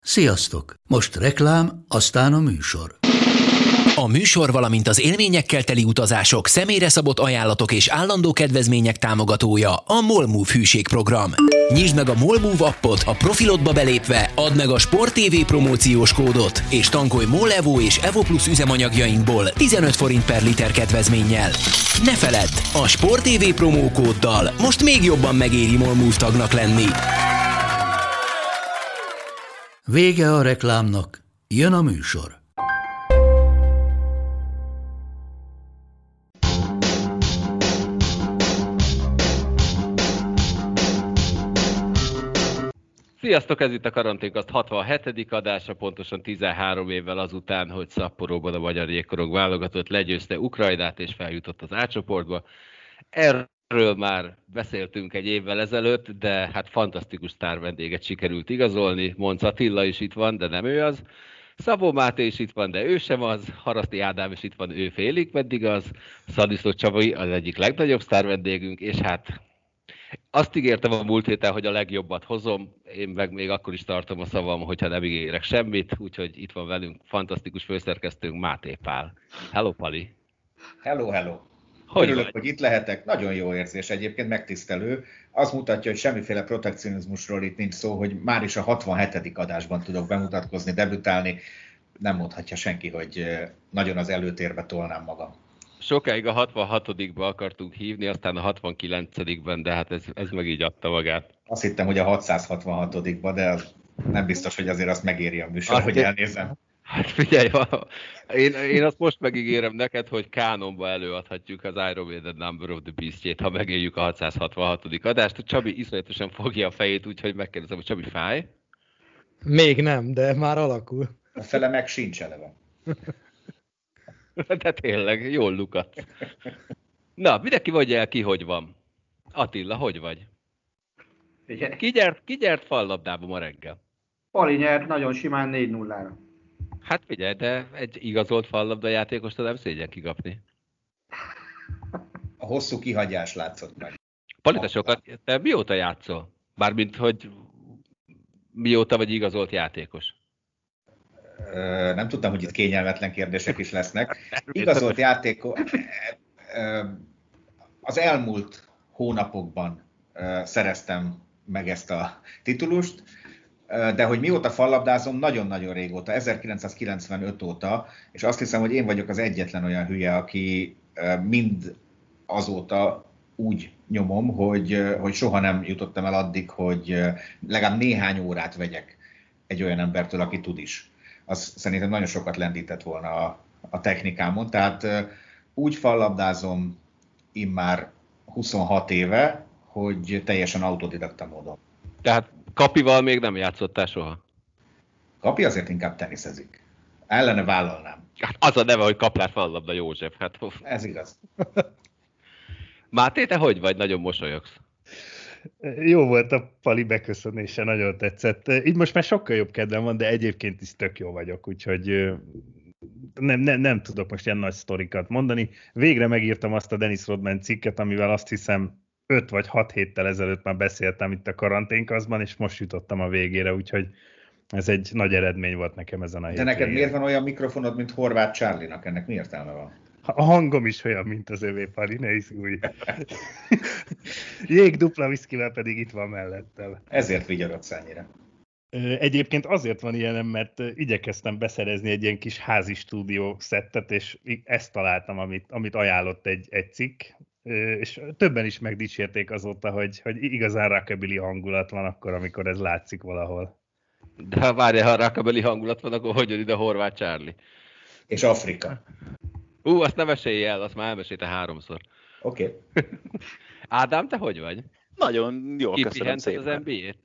Sziasztok! Most reklám, aztán a műsor. A műsor, valamint az élményekkel teli utazások, személyre szabott ajánlatok és állandó kedvezmények támogatója a MOL Move hűségprogram. Nyisd meg a MOL Move appot, a profilodba belépve add meg a Sport TV promóciós kódot, és tankolj MOL Evo és Evo Plus üzemanyagjainkból 15 forint per liter kedvezménnyel. Ne feledd, a Sport TV promókóddal most még jobban megéri MOL Move tagnak lenni. Vége a reklámnak, jön a műsor. Sziasztok, ez itt a Karanténkast 67. adása, pontosan 13 évvel azután, hogy Szapporóban a magyar jégkorong válogatott legyőzte Ukrajnát és feljutott az A csoportba. Erről már beszéltünk egy évvel ezelőtt, de hát fantasztikus sztárvendéget sikerült igazolni. Monc Attila is itt van, de nem ő az. Szabó Máté is itt van, de ő sem az. Haraszti Ádám is itt van, ő félig meddig az. Szadiszló Csabai az egyik legnagyobb sztárvendégünk, és hát azt ígértem a múlt héten, hogy a legjobbat hozom, én meg még akkor is tartom a szavam, hogyha nem ígérek semmit, úgyhogy itt van velünk fantasztikus főszerkesztőnk Máté Pál. Hello, Pali! Hello! Hogy Örülök, vagy? hogy itt lehetek. Nagyon jó érzés, egyébként megtisztelő. Az mutatja, hogy semmiféle protekcionizmusról itt nincs szó, hogy már is a 67. adásban tudok bemutatkozni, debütálni. Nem mondhatja senki, hogy nagyon az előtérbe tolnám magam. Sokáig a 66-ba akartunk hívni, aztán a 69-ben, de hát ez meg így adta magát. Azt hittem, hogy a 666-ba, de az nem biztos, hogy azért azt megéri a műsor, hogy elnézem. Hát figyelj, én azt most megígérem neked, hogy kánonba előadhatjuk az Iron Maiden Number of the Beast-jét, ha megéljük a 666. adást. Csabi iszonyatosan fogja a fejét, úgyhogy megkérdezem, hogy Csabi, fáj? Még nem, de már alakul. A fele meg sincs eleve. De tényleg, jól lukat. Na, mindenki mondja el, ki hogy van. Attila, hogy vagy? Ki gyert fallabdába ma reggel? Pali nyert nagyon simán 4-0-ra. Hát figyelj, de egy igazolt fallabda játékost nem szégyen kikapni. A hosszú kihagyás látszott meg. Pali, te mióta játszol? Bármint, hogy mióta vagy igazolt játékos? Nem tudtam, hogy itt kényelmetlen kérdések is lesznek. Igazolt játékos... Az elmúlt hónapokban szereztem meg ezt a titulust, de hogy mióta fallabdázom, nagyon-nagyon régóta, 1995 óta, és azt hiszem, hogy én vagyok az egyetlen olyan hülye, aki mind azóta úgy nyomom, hogy soha nem jutottam el addig, hogy legalább néhány órát vegyek egy olyan embertől, aki tud is. Az szerintem nagyon sokat lendített volna a technikámon, tehát úgy fallabdázom immár 26 éve, hogy teljesen autodidakta módon. Tehát Kapival még nem játszottál soha? Kapi azért inkább teniszezik. Ellene vállalnám. Hát az a neve, hogy Kaplár Fallabda József. Hát, Ez igaz. Máté, te hogy vagy? Nagyon mosolyogsz. Jó volt a Pali beköszönése, nagyon tetszett. Így most már sokkal jobb kedvem van, de egyébként is tök jó vagyok, úgyhogy nem tudok most ilyen nagy sztorikat mondani. Végre megírtam azt a Dennis Rodman cikket, amivel azt hiszem 5 vagy 6 héttel ezelőtt már beszéltem itt a Karanténkasztban, és most jutottam a végére, úgyhogy ez egy nagy eredmény volt nekem ezen a hétvégén. De neked miért van olyan mikrofonod, mint Horváth Charlie-nak? Ennek mi értelme van? A hangom is olyan, mint az övé, Pali, ne izgulj. Jég dupla viszkivel pedig itt van mellettem. Ezért vigyorodsz ennyire. Egyébként azért van ilyenem, mert igyekeztem beszerezni egy ilyen kis házi stúdió szettet, és ezt találtam, amit ajánlott egy cikk, és többen is megdicsérték azóta, hogy igazán rockabilly hangulat van akkor, amikor ez látszik valahol. De ha várjál, ha rockabilly hangulat van, akkor hogy jön ide Horváth Charlie? És Afrika. Azt nem mesélj el, azt már elmesélte 3-szor. Oké. Ádám, te hogy vagy? Nagyon jól, köszönöm Kipihented szépen. az NBA-t?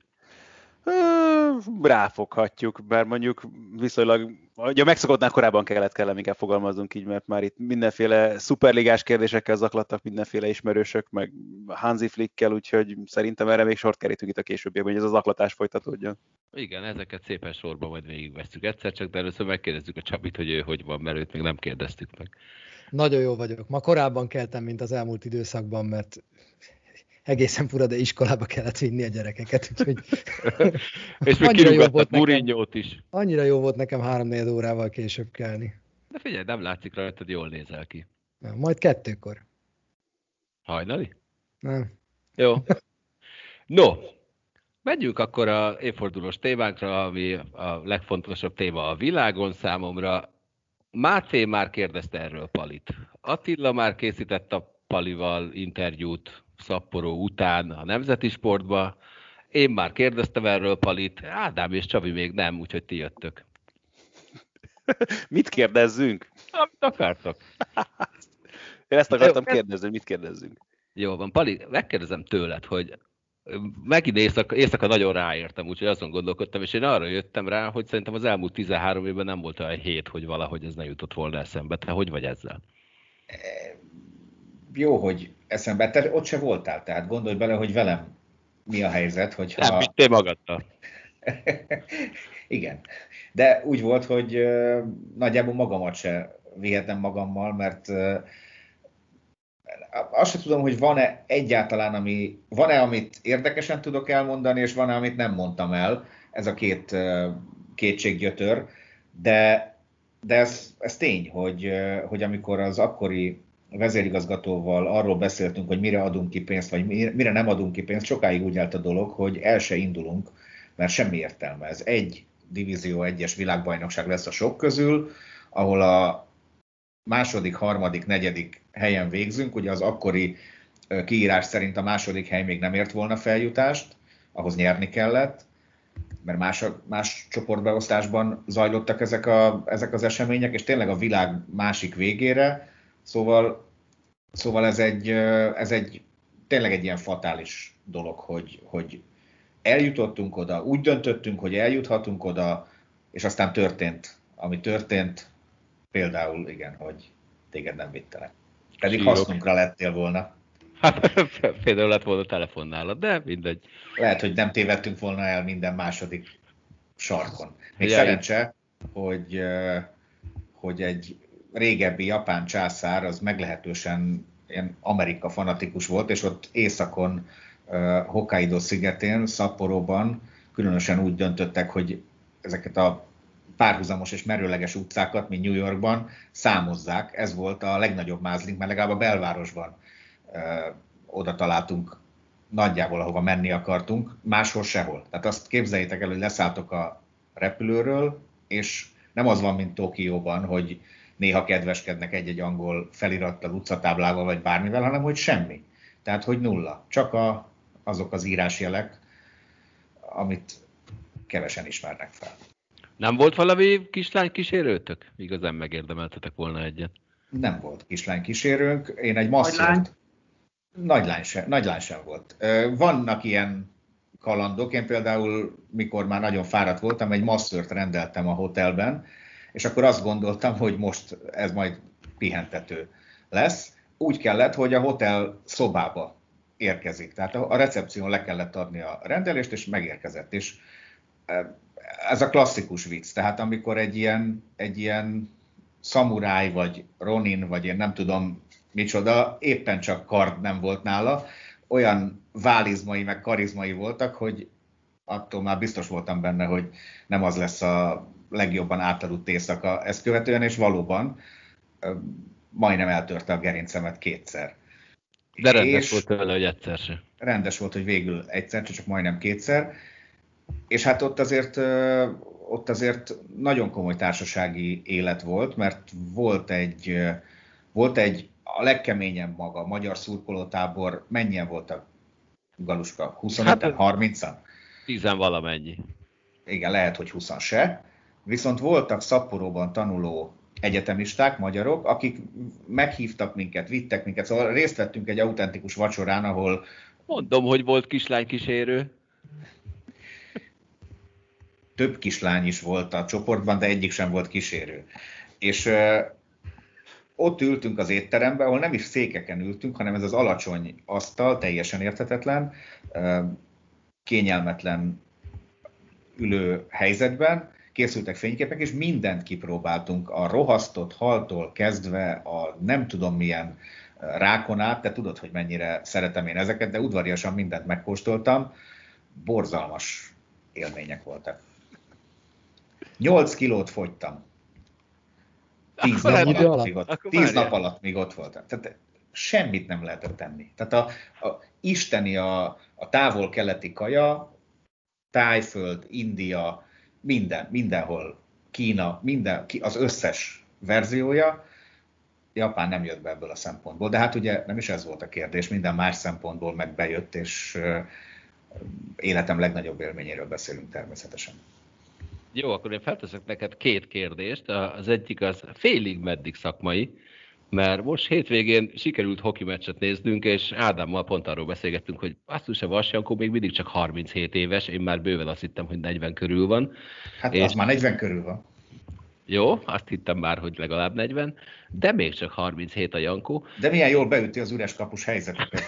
Ráfoghatjuk, bár mondjuk viszonylag, ugye megszokottnál korábban kell inkább fogalmazzunk így, mert már itt mindenféle szuperligás kérdésekkel zaklattak mindenféle ismerősök, meg Hansi Flickkel, úgyhogy szerintem erre még sort kerítünk itt a későbbiekben, hogy ez a zaklatás folytatódjon. Igen, ezeket szépen sorban majd végigvesszük egyszer csak, de először megkérdezzük a Csabit, hogy ő hogy van, mert őt még nem kérdeztük meg. Nagyon jó vagyok. Ma korábban keltem, mint az elmúlt időszakban, mert egészen fura, de iskolába kellett vinni a gyerekeket, úgyhogy És még kirúgattak Mourinho-t is. Annyira jó volt nekem 3-4 órával később kelni. De figyelj, nem látszik rajtad, jól nézel ki. Na, majd 2-kor. Hajnali? Nem. Jó. No, menjünk akkor a évfordulós témánkra, ami a legfontosabb téma a világon számomra. Máté már kérdezte erről Palit. Attila már készített a Palival interjút Szapporó után a Nemzeti Sportba. Én már kérdeztem erről Palit, Ádám és Csabi még nem, úgyhogy ti jöttök. Mit kérdezzünk? Amit akartok. Én ezt akartam kérdezni, mit kérdezzünk. Jó van, Pali, megkérdezem tőled, hogy megint éjszaka nagyon ráértem, úgyhogy azon gondolkodtam, és én arra jöttem rá, hogy szerintem az elmúlt 13 évben nem volt olyan hét, hogy valahogy ez ne jutott volna eszembe. Te hogy vagy ezzel? Jó, hogy eszembe. Te ott se voltál, tehát gondolj bele, hogy velem mi a helyzet, hogyha... Nem vittél magadtal. Igen. De úgy volt, hogy nagyjából magamat se vihetem magammal, mert azt sem tudom, hogy van-e egyáltalán, amit érdekesen tudok elmondani, és van-e, amit nem mondtam el. Ez a két kétséggyötör. De ez tény, hogy amikor az akkori vezérigazgatóval arról beszéltünk, hogy mire adunk ki pénzt, vagy mire nem adunk ki pénzt, sokáig úgy állt a dolog, hogy el se indulunk, mert semmi értelme. Ez egy Divízió 1-es világbajnokság lesz a sok közül, ahol a második, harmadik, negyedik helyen végzünk. Ugye az akkori kiírás szerint a második hely még nem ért volna feljutást, ahhoz nyerni kellett, mert más csoportbeosztásban zajlottak ezek az események, és tényleg a világ másik végére, szóval ez egy tényleg egy ilyen fatális dolog, hogy eljutottunk oda, úgy döntöttünk, hogy eljuthatunk oda, és aztán történt, ami történt, például igen, hogy téged nem vittelek. Pedig hasznunkra lettél volna. Hát például lett volna telefonnálad, de mindegy. Lehet, hogy nem tévedtünk volna el minden második sarkon. Még Ja, szerencse, hogy egy régebbi japán császár az meglehetősen ilyen Amerika fanatikus volt, és ott északon, Hokkaido szigetén, Szapporóban különösen úgy döntöttek, hogy ezeket a párhuzamos és merőleges utcákat, mint New Yorkban, számozzák. Ez volt a legnagyobb mázlink, mert legalább a belvárosban oda találtunk nagyjából, ahova menni akartunk, máshol sehol. Tehát azt képzeljétek el, hogy leszálltok a repülőről, és nem az van, mint Tokióban, hogy néha kedveskednek egy-egy angol felirattal, utcatáblával, vagy bármivel, hanem hogy semmi. Tehát, hogy nulla. Csak azok az írásjelek, amit kevesen ismernek fel. Nem volt valami kislány kísérőtök? Igazán megérdemeltetek volna egyet. Nem volt kislány kísérőnk. Én egy masszort... Nagylány sem volt. Vannak ilyen kalandok. Én például, mikor már nagyon fáradt voltam, egy masszört rendeltem a hotelben, és akkor azt gondoltam, hogy most ez majd pihentető lesz. Úgy kellett, hogy a hotel szobába érkezik. Tehát a recepción le kellett adni a rendelést, és megérkezett. És ez a klasszikus vicc. Tehát amikor egy ilyen szamuráj, vagy ronin, vagy én nem tudom micsoda, éppen csak kard nem volt nála, olyan válizmai, meg karizmai voltak, hogy attól már biztos voltam benne, hogy nem az lesz a legjobban átaludt éjszaka ezt követően, és valóban majdnem eltörte a gerincemet 2-szer. De rendes volt tőle, hogy egyszer se. Rendes volt, hogy végül egyszer, csak majdnem 2-szer. És hát ott azért nagyon komoly társasági élet volt, mert volt egy a legkeményebb maga, a magyar szurkolótábor. Mennyien voltak, Galuska? 25-en, 30-an? 10 valamennyi. Igen, lehet, hogy 20 se. Viszont voltak Szapporóban tanuló egyetemisták, magyarok, akik meghívtak minket, vittek minket, szóval részt vettünk egy autentikus vacsorán, ahol... Mondom, hogy volt kislánykísérő. Több kislány is volt a csoportban, de egyik sem volt kísérő. És ott ültünk az étteremben, ahol nem is székeken ültünk, hanem ez az alacsony asztal, teljesen érthetetlen, kényelmetlen ülő helyzetben, készültek fényképek, és mindent kipróbáltunk, a rohasztott haltól kezdve a nem tudom milyen rákon át, te tudod, hogy mennyire szeretem én ezeket, de udvariasan mindent megkóstoltam, borzalmas élmények voltak. 8 kilót fogytam. 10 nap alatt még ott voltam. Tehát semmit nem lehetett tenni. Tehát a isteni a távol-keleti kaja, Tájföld, India, mindenhol, Kína, az összes verziója, Japán nem jött be ebből a szempontból, de hát ugye nem is ez volt a kérdés, minden más szempontból meg bejött, és életem legnagyobb élményéről beszélünk természetesen. Jó, akkor én felteszek neked 2 kérdést. Az egyik az félig meddig szakmai, mert most hétvégén sikerült hoki meccset néznünk, és Ádámmal pont arról beszélgettünk, hogy basszus, a Vas-Jankó még mindig csak 37 éves, én már bőven azt hittem, hogy 40 körül van. Hát az már 40 körül van. Jó, azt hittem már, hogy legalább 40, de még csak 37 a Jankó. De milyen jól beüti az üres kapus helyzeteket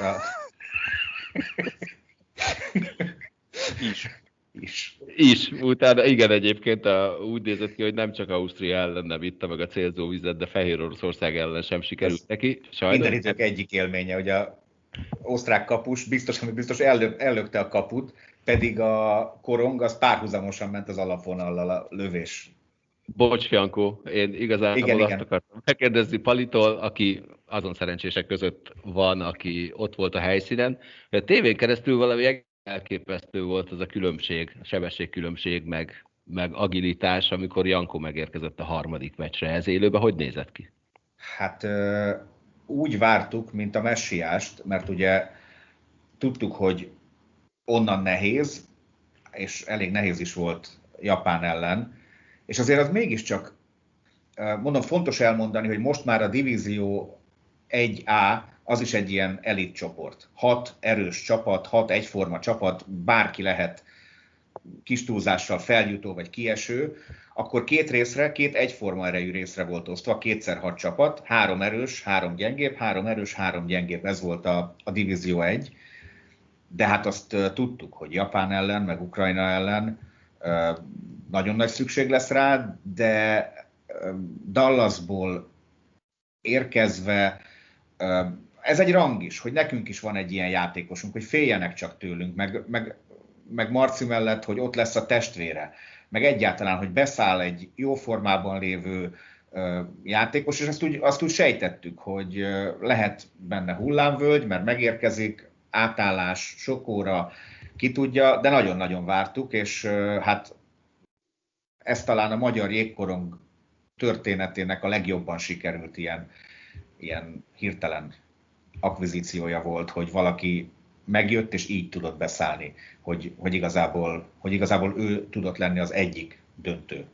Is. Utána igen, egyébként úgy nézett ki, hogy nem csak Ausztria ellen nem itta meg a célzó vizet, de Fehér Oroszország ellen sem sikerült neki. Sajnos. Minden idők egyik élménye, hogy az osztrák kapus biztos ellökte a kaput, pedig a korong az párhuzamosan ment az alapvonallal a lövés. Bocs, Jankó, én igazából azt akartam megkérdezni Palitól, aki azon szerencsések között van, aki ott volt a helyszínen, hogy a tévén keresztül valami elképesztő volt az a különbség, sebességkülönbség, meg agilitás, amikor Jankó megérkezett a harmadik meccsre. Ez élőben hogy nézett ki? Hát úgy vártuk, mint a messiást, mert ugye tudtuk, hogy onnan nehéz, és elég nehéz is volt Japán ellen, és azért az mégiscsak, mondom, fontos elmondani, hogy most már a Divízió 1A az is egy ilyen elit csoport. 6 erős csapat, 6 egyforma csapat, bárki lehet kis túlzással feljutó vagy kieső, akkor 2 részre, 2 egyforma erejű részre volt osztva, 2x6 csapat, 3 erős, 3 gyengébb, 3 erős, 3 gyengébb, ez volt a Divízió 1. De hát azt tudtuk, hogy Japán ellen, meg Ukrajna ellen nagyon nagy szükség lesz rá, de Dallasból érkezve, ez egy rang is, hogy nekünk is van egy ilyen játékosunk, hogy féljenek csak tőlünk, meg Marci mellett, hogy ott lesz a testvére, meg egyáltalán, hogy beszáll egy jó formában lévő játékos, és azt úgy sejtettük, hogy lehet benne hullámvölgy, mert megérkezik, átállás, sok óra, ki tudja, de nagyon-nagyon vártuk, és hát ez talán a magyar jégkorong történetének a legjobban sikerült ilyen hirtelen akvizíciója volt, hogy valaki megjött, és így tudott beszállni, hogy igazából ő tudott lenni az egyik döntő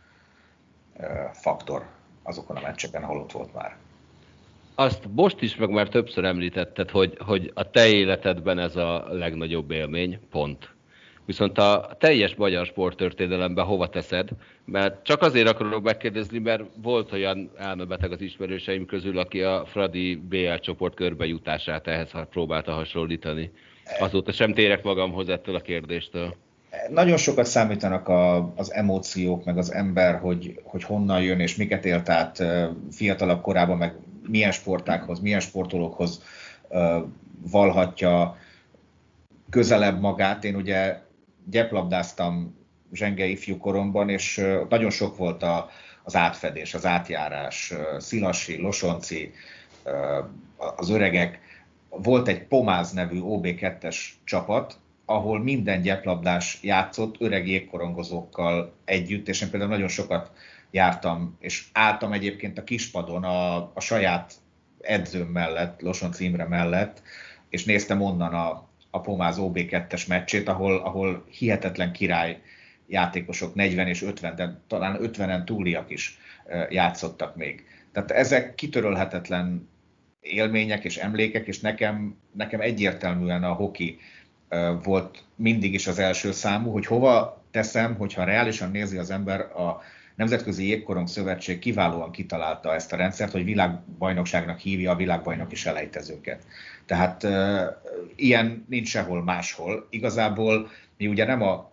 faktor azokon a meccseken, ahol ott volt már. Azt most is meg már többször említetted, hogy a te életedben ez a legnagyobb élmény, pont. Viszont a teljes magyar sporttörténelemben hova teszed? Mert csak azért akarok megkérdezni, mert volt olyan elmebeteg az ismerőseim közül, aki a Fradi BL csoport körbejutását ehhez próbálta hasonlítani. Azóta sem térek magamhoz ettől a kérdéstől. Nagyon sokat számítanak az emóciók, meg az ember, hogy honnan jön és miket élt át fiatalabb korában, meg milyen sportákhoz, milyen sportolókhoz valhatja közelebb magát. Én ugye gyeplabdáztam zsenge ifjú koromban, és nagyon sok volt az átfedés, az átjárás, Szilassi, Losonci, az öregek. Volt egy Pomáz nevű OB2-es csapat, ahol minden gyeplabdás játszott öreg jégkorongozókkal együtt, és én például nagyon sokat jártam, és álltam egyébként a kispadon a saját edzőm mellett, Losonci Imre mellett, és néztem onnan a Pomáz OB2-es meccsét, ahol hihetetlen király játékosok, 40 és 50, de talán 50-en túliak is játszottak még. Tehát ezek kitörölhetetlen élmények és emlékek, és nekem egyértelműen a hoki volt mindig is az első számú, hogy hova teszem, hogyha reálisan nézi az ember, a Nemzetközi Jégkorong Szövetség kiválóan kitalálta ezt a rendszert, hogy világbajnokságnak hívja a világbajnoki selejtezőket. Tehát ilyen nincs sehol máshol. Igazából mi ugye nem a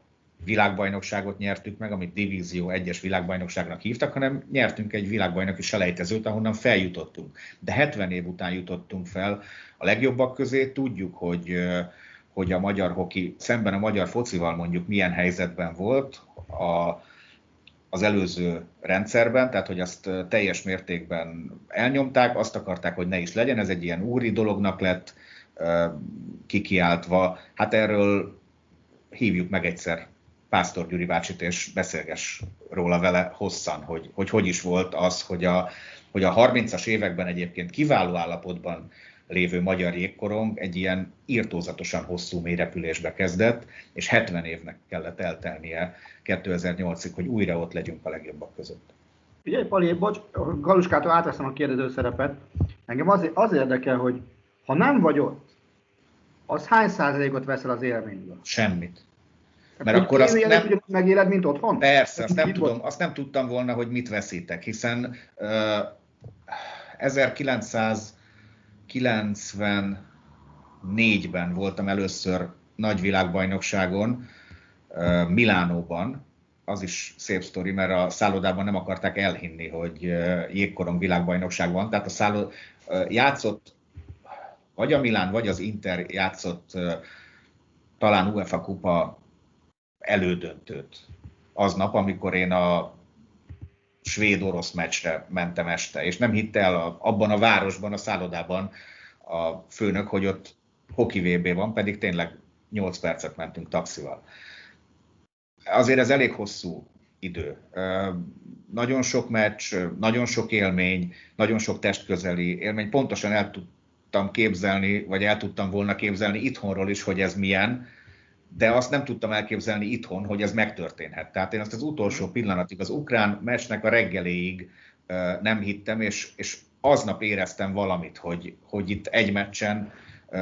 világbajnokságot nyertük meg, amit Divízió 1-es világbajnokságnak hívtak, hanem nyertünk egy világbajnoki selejtezőt, ahonnan feljutottunk. De 70 év után jutottunk fel a legjobbak közé. Tudjuk, hogy a magyar hoki szemben a magyar focival mondjuk milyen helyzetben volt az előző rendszerben, tehát hogy azt teljes mértékben elnyomták, azt akarták, hogy ne is legyen, ez egy ilyen úri dolognak lett kikiáltva. Hát erről hívjuk meg egyszer Pásztor Gyuri bácsit, és beszélgess róla vele hosszan, hogy is volt az, hogy a 30-as években egyébként kiváló állapotban lévő magyar jégkorong egy ilyen irtózatosan hosszú mélyrepülésbe kezdett, és 70 évnek kellett eltelnie 2008-ig, hogy újra ott legyünk a legjobbak között. Ugye, Pali, bocs, Galuskától átveszem a kérdező szerepet. Engem az érdekel, hogy ha nem vagy ott, az hány százalékot veszel az élményből? Semmit. Mert akkor azt nem megéled, mint otthon? Persze, azt nem tudtam volna, hogy mit veszítek, hiszen 1994-ben voltam először nagyvilágbajnokságon, Milánóban. Az is szép sztori, mert a szállodában nem akarták elhinni, hogy jégkorong világbajnokság van. Tehát játszott, vagy a Milán, vagy az Inter játszott talán UEFA kupa elődöntőt aznap, amikor én a svéd-orosz meccsre mentem este, és nem hitte el abban a városban, a szállodában a főnök, hogy ott hoki VB van, pedig tényleg 8 percet mentünk taxival. Azért ez elég hosszú idő. Nagyon sok meccs, nagyon sok élmény, nagyon sok testközeli élmény. Pontosan el tudtam képzelni, vagy el tudtam volna képzelni itthonról is, hogy ez milyen, de azt nem tudtam elképzelni itthon, hogy ez megtörténhet. Tehát én azt az utolsó pillanatig, az ukrán meccsnek a reggeléig nem hittem, és aznap éreztem valamit, hogy itt egy meccsen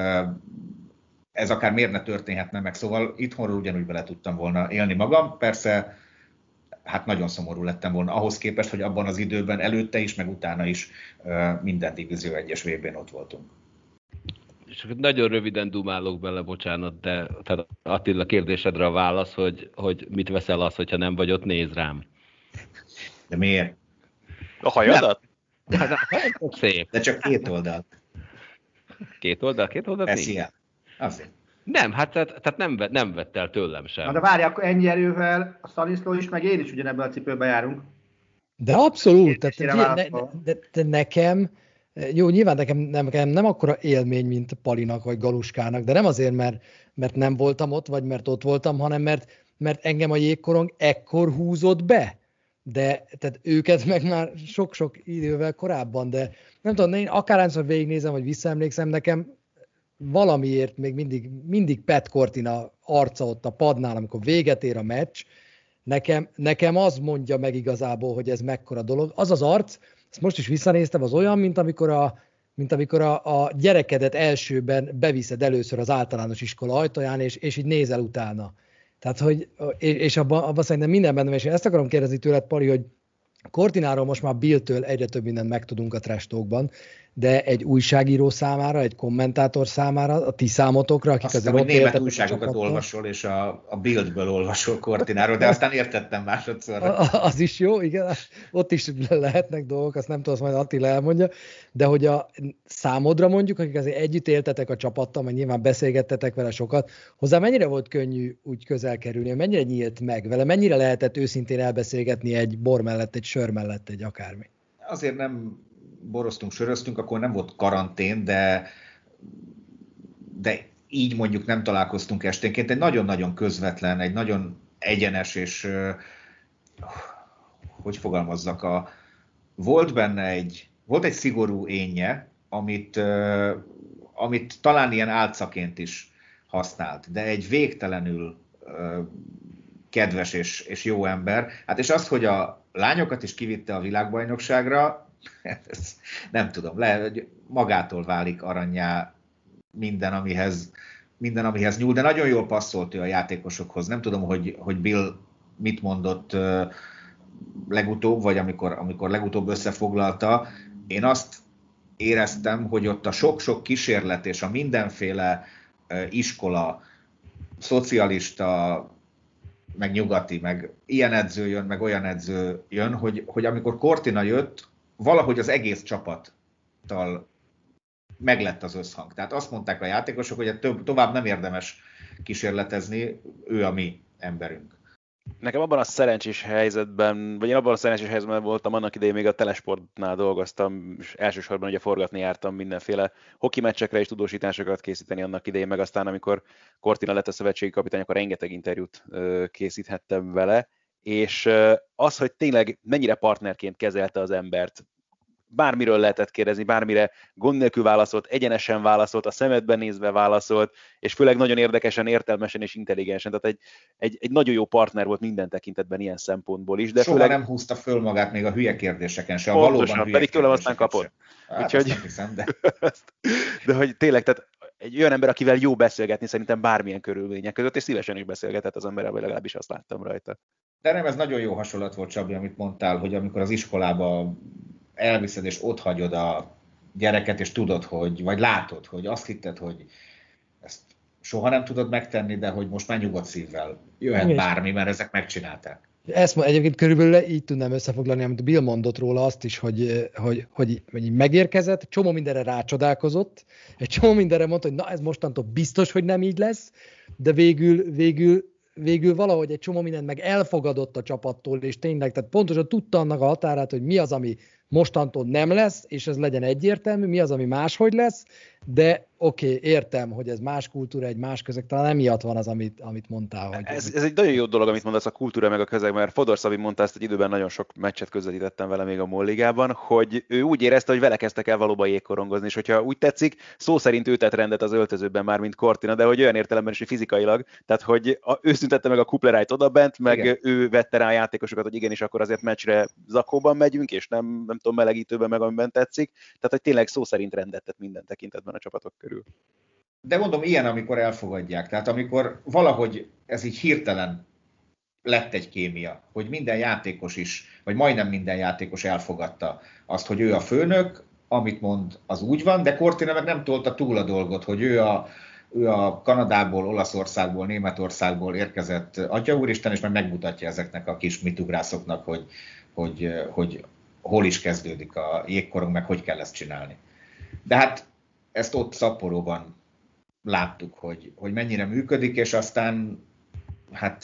ez akár miért ne történhetne meg. Szóval itthonról ugyanúgy bele tudtam volna élni magam. Persze, hát nagyon szomorú lettem volna ahhoz képest, hogy abban az időben előtte is, meg utána is minden Divízió 1-es VB-n ott voltunk. És nagyon röviden dumálok bele, bocsánat, de tehát Attila kérdésedre a válasz, hogy mit veszel az, hogyha nem vagy ott, néz rám. De miért? A hajadat? Szép. De csak két oldalt. Két oldal Eszi. Azért. Nem, hát tehát nem vett el tőlem sem. Na de várj, akkor ennyi erővel a Staniszló is, meg én is ugyanebben a cipőben járunk. De abszolút, de nekem, jó, nyilván nekem nem akkora élmény, mint Palinak vagy Galuskának, de nem azért, mert nem voltam ott, vagy mert ott voltam, hanem mert engem a jégkorong ekkor húzott be. De tehát őket meg már sok-sok idővel korábban, de nem tudom, én akárhányszor végignézem, vagy visszaemlékszem, nekem valamiért még mindig Pat Cortina arca ott a padnál, amikor véget ér a meccs, nekem az mondja meg igazából, hogy ez mekkora dolog. Az az arc, ezt most is visszanéztem, az olyan, mint amikor a gyerekedet elsőben beviszed először az általános iskola ajtaján, és így nézel utána. Tehát, hogy, és abban szerintem minden benne, és én ezt akarom kérdezni tőled, Pali, hogy Cortináról most már Billtől egyre több mindent megtudunk a Trash Talkban, de egy újságíró számára, egy kommentátor számára, a ti számotokra, akik azért ott német újságokat olvasol, és a Bildből olvasol Cortináról, de aztán értettem másodszor. Az is jó, igen, ott is lehetnek dolgok, azt nem tudom, azt majd Attila elmondja, de hogy a számodra mondjuk, akik azért együtt éltetek a csapattal, mert nyilván beszélgettetek vele sokat, hozzá mennyire volt könnyű úgy közel kerülni, mennyire nyílt meg vele, mennyire lehetett őszintén elbeszélgetni egy bor mellett, egy sör mellett, egy akármi? Azért nem boroztunk, söröztünk, akkor nem volt karantén, de így mondjuk nem találkoztunk esténként. Egy nagyon-nagyon közvetlen, egy nagyon egyenes, és hogy fogalmazzak, volt egy szigorú énje, amit talán ilyen álcaként is használt, de egy végtelenül kedves és jó ember. Hát és az, hogy a lányokat is kivitte a világbajnokságra, nem tudom, lehet, hogy magától válik arannyá minden, amihez nyúl, de nagyon jól passzolt ő a játékosokhoz. Nem tudom, hogy Bill mit mondott legutóbb, vagy amikor legutóbb összefoglalta. Én azt éreztem, hogy ott a sok-sok kísérlet és a mindenféle iskola, szocialista, meg nyugati, meg ilyen edző jön, meg olyan edző jön, hogy amikor Cortina jött, valahogy az egész csapattal meglett az összhang. Tehát azt mondták a játékosok, hogy tovább nem érdemes kísérletezni, ő a mi emberünk. Nekem abban a szerencsés helyzetben, vagy én abban a szerencsés helyzetben voltam, annak idején még a Telesportnál dolgoztam, és elsősorban ugye forgatni jártam mindenféle hoki meccsekre és tudósításokat készíteni annak idején, meg aztán amikor Cortina lett a szövetségi kapitány, akkor rengeteg interjút készíthettem vele, és az, hogy tényleg mennyire partnerként kezelte az embert, bármiről lehetett kérdezni, bármire gond nélkül válaszolt, egyenesen válaszolt, a szemedben nézve válaszolt, és főleg nagyon érdekesen, értelmesen és intelligensen. Tehát egy nagyon jó partner volt minden tekintetben ilyen szempontból is. De soha főleg nem húzta föl magát még a hülye kérdéseken se, a pontosan, valóban hülye pedig tőlem aztán kapott. Hát úgyhogy... nem hiszem, de... de hogy tényleg, tehát egy olyan ember, akivel jó beszélgetni szerintem bármilyen körülmények között, és szívesen is beszélgetett az emberrel, vagy legalábbis azt láttam rajta. De nem, ez nagyon jó hasonlat volt, Csabi, amit mondtál, hogy amikor az iskolába elviszed és ott hagyod a gyereket, és tudod, hogy, vagy látod, hogy azt hitted, hogy ezt soha nem tudod megtenni, de hogy most már nyugodt szívvel jöhet bármi, mert ezek megcsinálták. Ezt egyébként körülbelül így tudnám összefoglalni, amit Bill mondott róla, azt is, hogy megérkezett, csomó mindenre rácsodálkozott, egy csomó mindenre mondta, hogy na ez mostantól biztos, hogy nem így lesz, de végül valahogy egy csomó mindent meg elfogadott a csapattól, és tényleg, tehát pontosan tudta annak a határát, hogy mi az, ami mostantól nem lesz, és ez legyen egyértelmű, mi az, ami máshogy lesz, de oké, értem, hogy ez más kultúra, egy más közeg, talán emiatt van az, amit mondtál. Hogy ez egy nagyon jó dolog, amit mondasz, a kultúra meg a közeg, mert Fodor Szabi mondta ezt, egy időben nagyon sok meccset közvetítettem vele még a Molligában, hogy ő úgy érezte, hogy vele kezdtek el valóban jégkorongozni, és hogyha úgy tetszik, szó szerint ő tett rendet az öltözőben már, mint Cortina, de hogy olyan értelemben is, hogy fizikailag, tehát hogy ő szüntette meg a kuplerájt odabent, meg igen. Ő vette rá a játékosokat, hogy igenis akkor azért meccsre zakóban megyünk, és nem tudom, melegítőben meg amiben tetszik, tehát hogy tényleg szó szerint rendet tett minden tekintetben a csapatok körül. De mondom, ilyen, amikor elfogadják. Tehát amikor valahogy ez így hirtelen lett egy kémia, hogy minden játékos is, vagy majdnem minden játékos elfogadta azt, hogy ő a főnök, amit mond, az úgy van, de Cortina meg nem tolta túl a dolgot, hogy ő a Kanadából, Olaszországból, Németországból érkezett Atya Úristen, és meg megmutatja ezeknek a kis mitugrászoknak, hogy hol is kezdődik a jégkorong, meg hogy kell ezt csinálni. De hát ezt ott Szapporóban láttuk, hogy mennyire működik, és aztán hát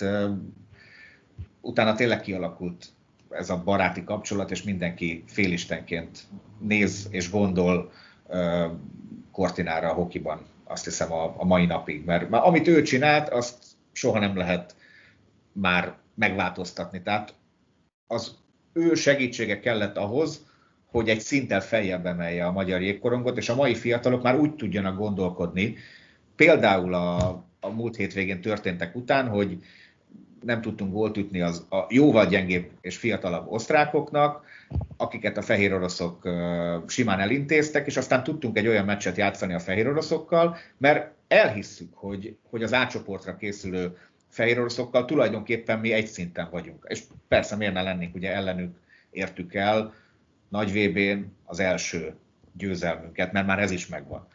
utána tényleg kialakult ez a baráti kapcsolat, és mindenki félistenként néz és gondol Cortinára a hokiban, azt hiszem a mai napig. Mert amit ő csinált, azt soha nem lehet már megváltoztatni. Tehát az ő segítsége kellett ahhoz, hogy egy szinttel feljebb emelje a magyar jégkorongot, és a mai fiatalok már úgy tudjanak gondolkodni, például a múlt hétvégén történtek után, hogy nem tudtunk gólt ütni a jóval gyengébb és fiatalabb osztrákoknak, akiket a fehér oroszok simán elintéztek, és aztán tudtunk egy olyan meccset játszani a fehér oroszokkal, mert elhisszük, hogy az A csoportra készülő fehér oroszokkal tulajdonképpen mi egy szinten vagyunk. És persze miért ne lennénk, ugye ellenük értük el nagy VB-n az első győzelmünket, mert már ez is megvan.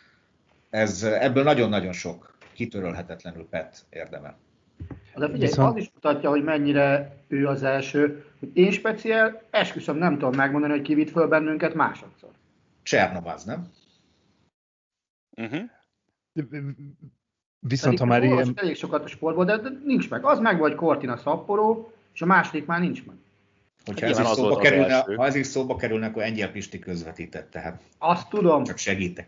Ebből nagyon-nagyon sok kitörölhetetlenül Pet érdemel. De figyelj, az is mutatja, hogy mennyire ő az első, hogy én speciál, esküszöm, nem tudom megmondani, hogy ki vitt föl bennünket másodszor. Csernomaz, nem? Uh-huh. Viszont ha már ilyen... Elég sokat a sportból, de nincs meg. Az meg vagy Cortina Szapporó, és a második már nincs meg. Hogyha ez is szóba kerülne, akkor Engyel Pisti közvetített, tehát azt tudom. Csak segítek.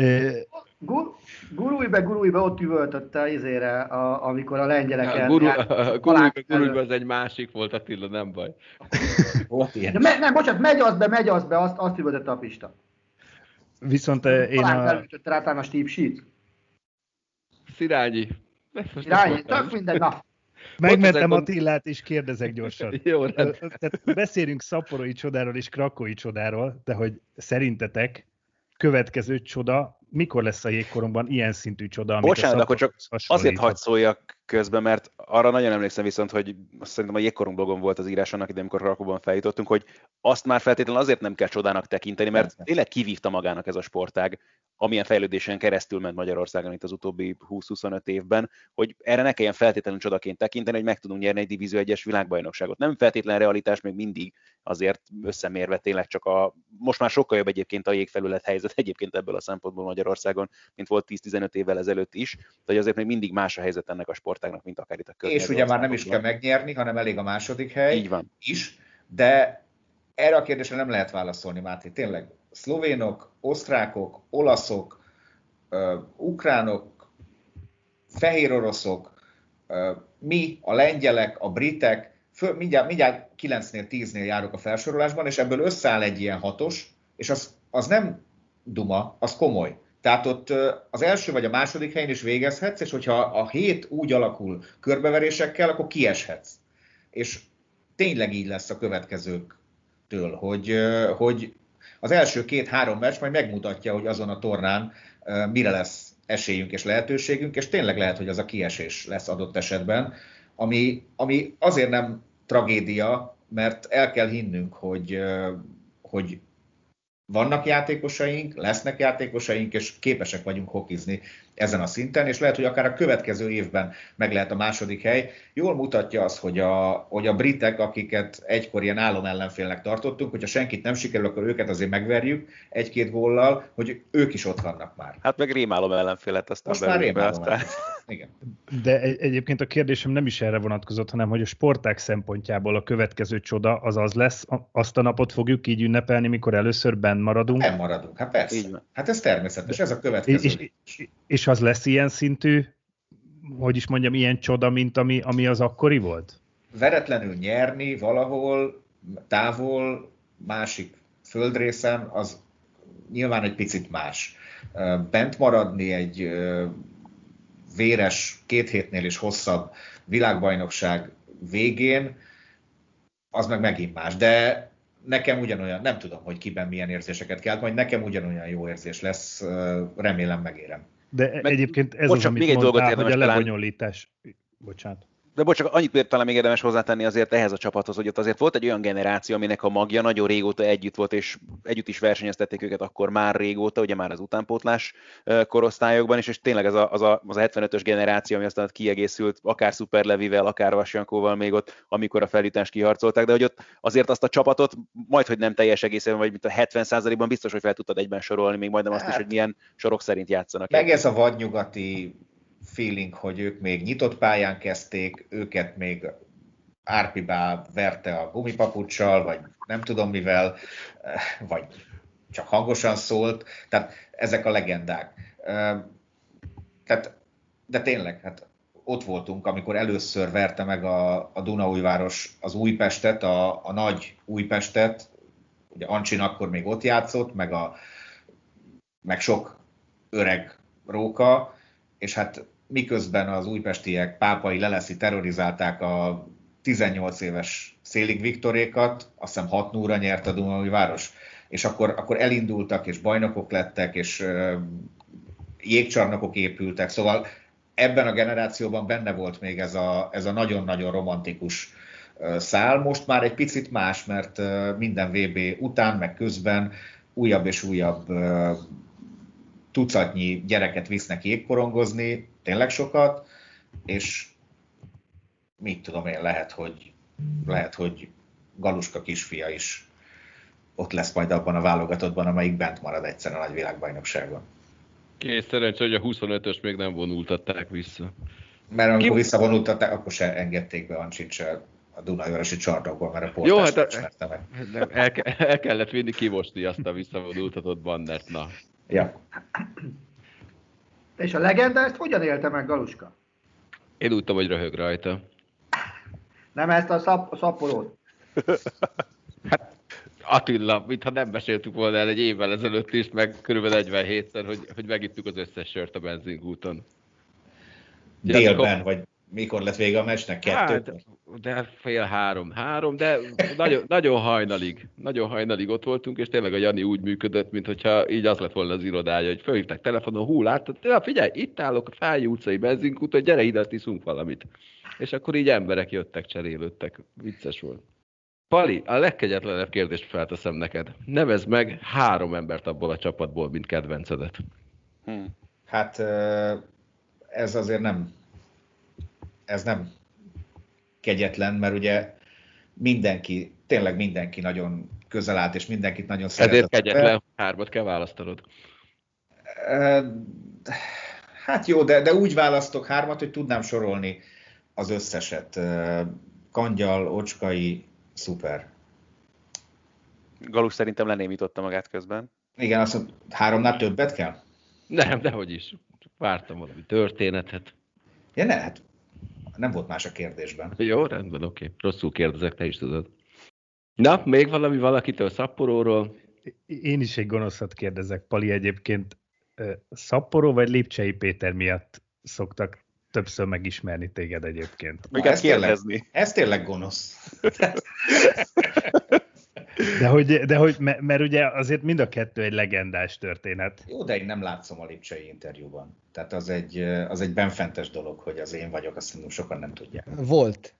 Gurulj-be ott üvöltötte izére, amikor a lengyeleken... Gurulj-be az egy másik volt, Attila, nem baj. Volt ilyen. Nem, bocsánat, megy az be, azt üvöltötte a Pista. Viszont én felütötte rá talán a Steve Sheet. Szirányi, tök minden, na. Megmentem Attilát, és kérdezek gyorsan. Jó, tehát beszélünk szapporói csodáról és krakói csodáról, de hogy szerintetek következő csoda mikor lesz a jégkorongban ilyen szintű csoda, amit bocsánat, akkor csak azért hadd szóljak közben, mert arra nagyon emlékszem viszont, hogy szerintem a jégkorong blogon volt az írás annak idején, amikor Rakóban feljutottunk, hogy azt már feltétlenül azért nem kell csodának tekinteni, mert tényleg kivívta magának ez a sportág, amilyen fejlődésen keresztül ment Magyarországon itt az utóbbi 20-25 évben, hogy erre ne kelljen feltétlenül csodaként tekinteni, hogy meg tudunk nyerni egy Divízió 1-es világbajnokságot. Nem feltétlen realitás még mindig, azért összemérve tényleg csak most már sokkal jobb egyébként a jégfelület helyzet egyébként ebből a szempontból Magyarországon, mint volt 10-15 évvel ezelőtt is, de azért még mindig más a helyzet ennek a sportágnak, mint akár itt a környező. És ugye már nem is kell megnyerni, hanem elég a második hely. Így van. Is, de erre a kérdésre nem lehet válaszolni, Máté. Tényleg szlovénok, osztrákok, olaszok, ukránok, fehér oroszok, mi, a lengyelek, a britek, mindjárt 9-nél, 10-nél járok a felsorolásban, és ebből összeáll egy ilyen 6-os, és az nem duma, az komoly. Tehát ott az első vagy a második helyen is végezhetsz, és hogyha a hét úgy alakul körbeverésekkel, akkor kieshetsz. És tényleg így lesz a következőktől, hogy az első 2-3 meccs majd megmutatja, hogy azon a tornán mire lesz esélyünk és lehetőségünk, és tényleg lehet, hogy az a kiesés lesz adott esetben, ami azért nem tragédia, mert el kell hinnünk, hogy vannak játékosaink, lesznek játékosaink, és képesek vagyunk hokizni ezen a szinten, és lehet, hogy akár a következő évben meg lehet a második hely. Jól mutatja az, hogy a britek, akiket egykor ilyen álom ellenfélnek tartottunk, hogyha senkit nem sikerül, akkor őket azért megverjük 1-2 góllal, hogy ők is ott vannak már. Hát meg rémálom ellenfélet, aztán most már rémálom igen. De egyébként a kérdésem nem is erre vonatkozott, hanem hogy a sportág szempontjából a következő csoda az lesz, azt a napot fogjuk így ünnepelni, mikor először benn maradunk. Nem maradunk, hát persze. Hát ez természetes, ez a következő. És az lesz ilyen szintű, hogy is mondjam, ilyen csoda, mint ami az akkori volt? Veretlenül nyerni valahol, távol, másik földrészen, az nyilván egy picit más. Bent maradni egy véres, 2 hétnél is hosszabb világbajnokság végén, az meg megint más. De nekem ugyanolyan, nem tudom, hogy kiben milyen érzéseket kelt, majd nekem ugyanolyan jó érzés lesz, remélem megérem. De egyébként ez az, amit mondtál, hogy a lebonyolítás... Bocsánat. De csak annyit talán még érdemes hozzátenni azért ehhez a csapathoz, hogy ott azért volt egy olyan generáció, aminek a magja nagyon régóta együtt volt, és együtt is versenyeztették őket akkor már régóta, ugye már az utánpótlás korosztályokban, és tényleg az a 75-ös generáció, ami aztán kiegészült akár Szuper Levivel, akár Vasjankóval még ott, amikor a feljutást kiharcolták, de hogy ott azért azt a csapatot majdhogy nem teljes egészében, vagy mint a 70%-ban biztos, hogy fel tudtad egyben sorolni, még majdnem azt is, hogy milyen sorok szerint játszanak. Meg ez a vadnyugati feeling, hogy ők még nyitott pályán kezdték, őket még Árpibá verte a gumipapuccsal, vagy nem tudom mivel, vagy csak hangosan szólt, tehát ezek a legendák. De tényleg, hát ott voltunk, amikor először verte meg a Dunaújváros az Újpestet, a nagy Újpestet, ugye Ancsin akkor még ott játszott, meg sok öreg róka, és hát miközben az újpestiek Pápai Leleszi terrorizálták a 18 éves Szélig Viktorékat, azt hiszem 6-0-ra nyert a Dunaújváros, és akkor elindultak, és bajnokok lettek, és jégcsarnokok épültek, szóval ebben a generációban benne volt még ez a nagyon-nagyon romantikus szál. Most már egy picit más, mert minden VB után, meg közben újabb és újabb tucatnyi gyereket visznek jégkorongozni, tényleg sokat, és mit tudom én, lehet, hogy Galuska kisfia is ott lesz majd abban a válogatottban, amelyik bent marad egyszer a nagy világbajnokságon. Kész szerencsé, hogy a 25-ös még nem vonultatták vissza. Mert amikor visszavonultatták, akkor se engedték be Ancsics a Dunaújvárosi csarnokból, mert a portás nem ismerte meg. El kellett vinni kimosni azt a visszavonultatott bannert, na. Ja. És a legenda ezt hogyan élte meg, Galuska? Én úgy tudom, hogy röhög rajta. Nem ezt a szapolót? Hát Attila, mintha nem meséltük volna el egy évvel ezelőtt is, meg körülbelül 47-szer, hogy megittük az összes sört a benzinkúton. Délben, vagy Mikor lett vége a meccsnek? 2? Hát, de 2:30, de nagyon hajnalig ott voltunk, és tényleg a Jani úgy működött, mintha így az lett volna az irodája, hogy fölhívták telefonon, látod, figyelj, itt állok a Fáji utcai benzinkúton, gyere ide, iszunk valamit. És akkor így emberek jöttek, cserélődtek. Vicces volt. Pali, a legkegyetlenebb kérdést felteszem neked. Nevezd meg 3 embert abból a csapatból, mint kedvencedet. Hát ez azért nem kegyetlen, mert ugye tényleg mindenki nagyon közel állt, és mindenkit nagyon szeretett. Ezért kegyetlen, 3 kell választanod. Hát jó, de úgy választok 3, hogy tudnám sorolni az összeset. Kangyal, Ocskai, szuper. Galus szerintem lenémította magát közben. Igen, azt mondom, 3-nál többet kell? Nem, dehogy is. Vártam valami történetet. Ja, hát nem volt más a kérdésben. Jó, rendben, oké. Rosszul kérdezek, te is tudod. Na, még valakitől Szapporóról? Én is egy gonoszat kérdezek, Pali, egyébként Szapporó vagy Lipcsei Péter miatt szoktak többször megismerni téged egyébként? Na, ez tényleg gonosz. Mert ugye azért mind a kettő egy legendás történet. Jó, de én nem látszom a Lipcsei interjúban. Tehát az egy benfentes dolog, hogy az én vagyok, azt szerintem sokan nem tudják. Volt.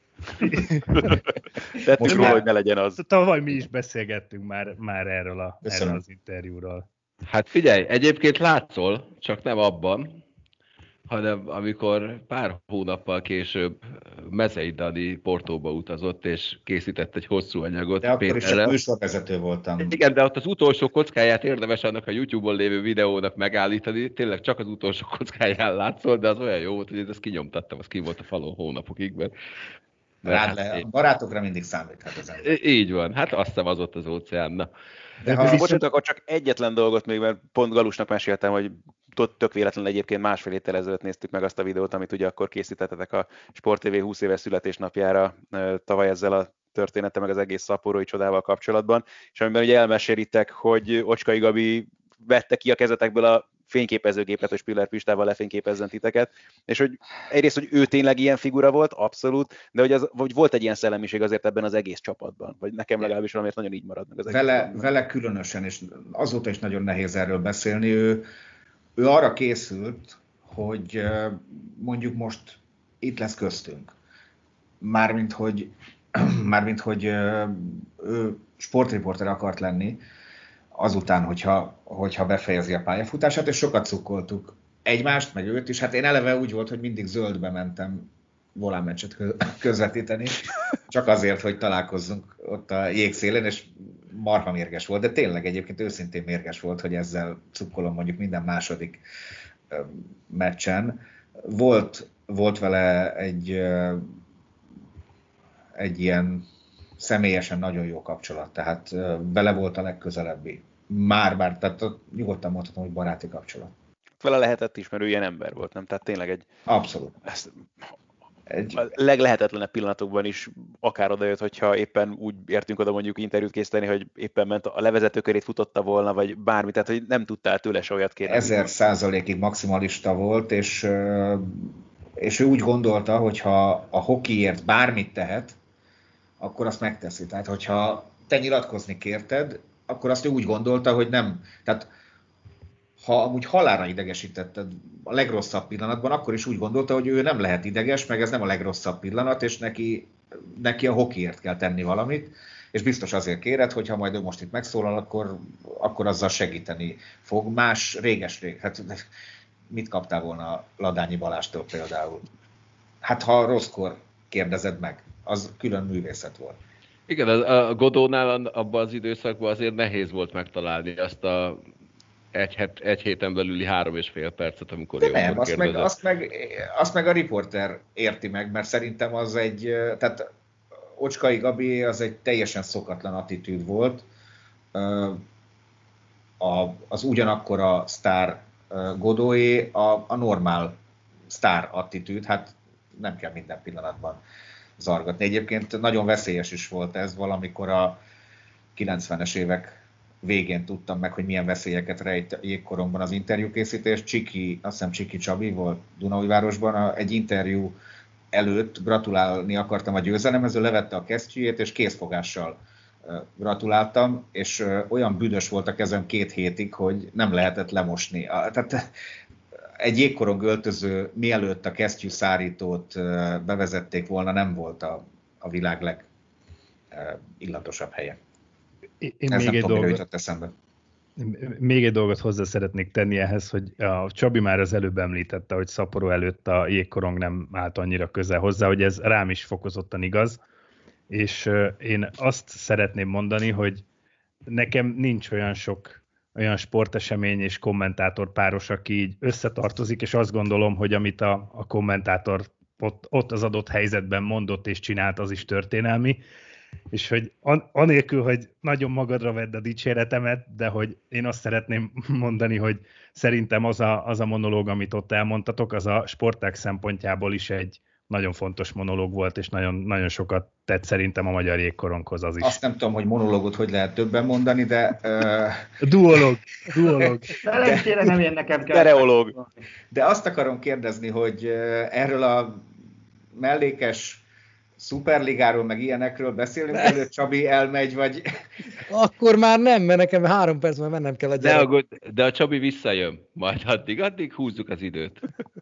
Tettünk róla, hogy ne legyen az. Tavaly mi is beszélgettünk már erről az interjúról. Hát figyelj, egyébként látszol, csak nem abban, hanem amikor pár hónappal később Mezei Dani Portóba utazott, és készített egy hosszú anyagot. De akkor is csak műsorvezető voltam. Igen, de ott az utolsó kockáját érdemes annak a YouTube-on lévő videónak megállítani, tényleg csak az utolsó kockáján látszol, de az olyan jó volt, hogy ezt kinyomtattam, az ki volt a falon hónapokig, mert a barátokra mindig számíthat az ember. Így van, hát azt hiszem az ott az óceánna. De bocsánat, akkor csak egyetlen dolgot még, mert pont Galusnak meséltem, hogy tök véletlenül egyébként 1,5 héttel ezelőtt néztük meg azt a videót, amit ugye akkor készítettetek a Sport TV 20 éves születésnapjára tavaly ezzel a története, meg az egész szaporói csodával kapcsolatban, és amiben ugye elmesélitek, hogy Ocskai Gabi vette ki a kezetekből a fényképezőgépet, hogy Spiller Pistával lefényképezzen titeket, és hogy egyrészt, hogy ő tényleg ilyen figura volt, abszolút, de hogy volt egy ilyen szellemiség azért ebben az egész csapatban, vagy nekem legalábbis valamiért nagyon így marad meg az egész vele különösen, és azóta is nagyon nehéz erről beszélni, ő arra készült, hogy mondjuk most itt lesz köztünk. Mármint, hogy ő sportriporter akart lenni, azután, hogyha befejezi a pályafutását, és sokat cukkoltuk egymást, meg őt is. Hát én eleve úgy volt, hogy mindig zöldbe mentem volánmeccset közvetíteni, csak azért, hogy találkozzunk ott a jégszélén, és marha mérges volt, de tényleg egyébként őszintén mérges volt, hogy ezzel cukkolom mondjuk minden második meccsen. Volt vele egy ilyen személyesen nagyon jó kapcsolat, tehát vele volt a legközelebbi. Tehát nyugodtan mondhatom, hogy baráti kapcsolat. Vele lehetett is, mert ő ilyen ember volt, nem? Tehát tényleg Abszolút. A leglehetetlenebb pillanatokban is akár odajött, hogyha éppen úgy értünk oda mondjuk interjút készíteni, hogy éppen ment a levezetőkörét futotta volna, vagy bármi, tehát hogy nem tudtál tőle se olyat kérni. 1000%-ig maximalista volt, és ő úgy gondolta, hogy ha a hokiért bármit tehet, akkor azt megteszi. Tehát, hogyha te nyilatkozni kérted, akkor azt ő úgy gondolta, hogy nem. Tehát, ha amúgy halálra idegesítetted a legrosszabb pillanatban, akkor is úgy gondolta, hogy ő nem lehet ideges, meg ez nem a legrosszabb pillanat, és neki a hokiért kell tenni valamit, és biztos azért kéred, hogy ha majd ő most itt megszólal, akkor azzal segíteni fog. Más réges-rég. Hát mit kaptál volna Ladányi Balástól például? Hát ha rosszkor kérdezed meg, az külön művészet volt. Igen, a Godónál abban az időszakban azért nehéz volt megtalálni azt a egy héten belüli 3,5 percet, amikor de nem, azt meg a riporter érti meg, mert szerintem tehát Ocskai Gabi az egy teljesen szokatlan attitűd volt. Az ugyanakkor a sztár Godóé a normál sztár attitűd, hát nem kell minden pillanatban zargatni. Egyébként nagyon veszélyes is volt ez, valamikor a 90-es évek végén tudtam meg, hogy milyen veszélyeket rejt jégkorongban az interjúkészítés. Azt hiszem Csiki Csabi volt Dunaújvárosban, egy interjú előtt gratulálni akartam a győzelemhez, ő levette a kesztyűjét, és kézfogással gratuláltam, és olyan büdös volt a kezem 2 hétig, hogy nem lehetett lemosni. Tehát egy jégkorong öltöző, mielőtt a kesztyűszárítót bevezették volna, nem volt a világ legillatosabb helye. Ez nem tudom, mire jutott eszembe. Még egy dolgot hozzá szeretnék tenni ehhez, hogy a Csabi már az előbb említette, hogy Szaporó előtt a jégkorong nem állt annyira közel hozzá, hogy ez rám is fokozottan igaz, és én azt szeretném mondani, hogy nekem nincs olyan sok olyan sportesemény és kommentátor páros, aki így összetartozik, és azt gondolom, hogy amit a kommentátor ott az adott helyzetben mondott és csinált, az is történelmi, és hogy anélkül, hogy nagyon magadra vedd a dicséretemet, de hogy én azt szeretném mondani, hogy szerintem az a monológ, amit ott elmondtatok, az a sportág szempontjából is egy nagyon fontos monológ volt, és nagyon, nagyon sokat tett szerintem a magyar jégkoronghoz az is. Azt nem tudom, hogy monológot hogy lehet többen mondani, de... Duológ. Szerencsére nem én nekem kell. Stereológ. De azt akarom kérdezni, hogy erről a mellékes szuperligáról, meg ilyenekről beszélünk, előtt Csabi elmegy, vagy... Akkor már nem, mert nekem 3 percben mennem kell a gyerek. De a Csabi visszajön, majd addig húzzuk az időt.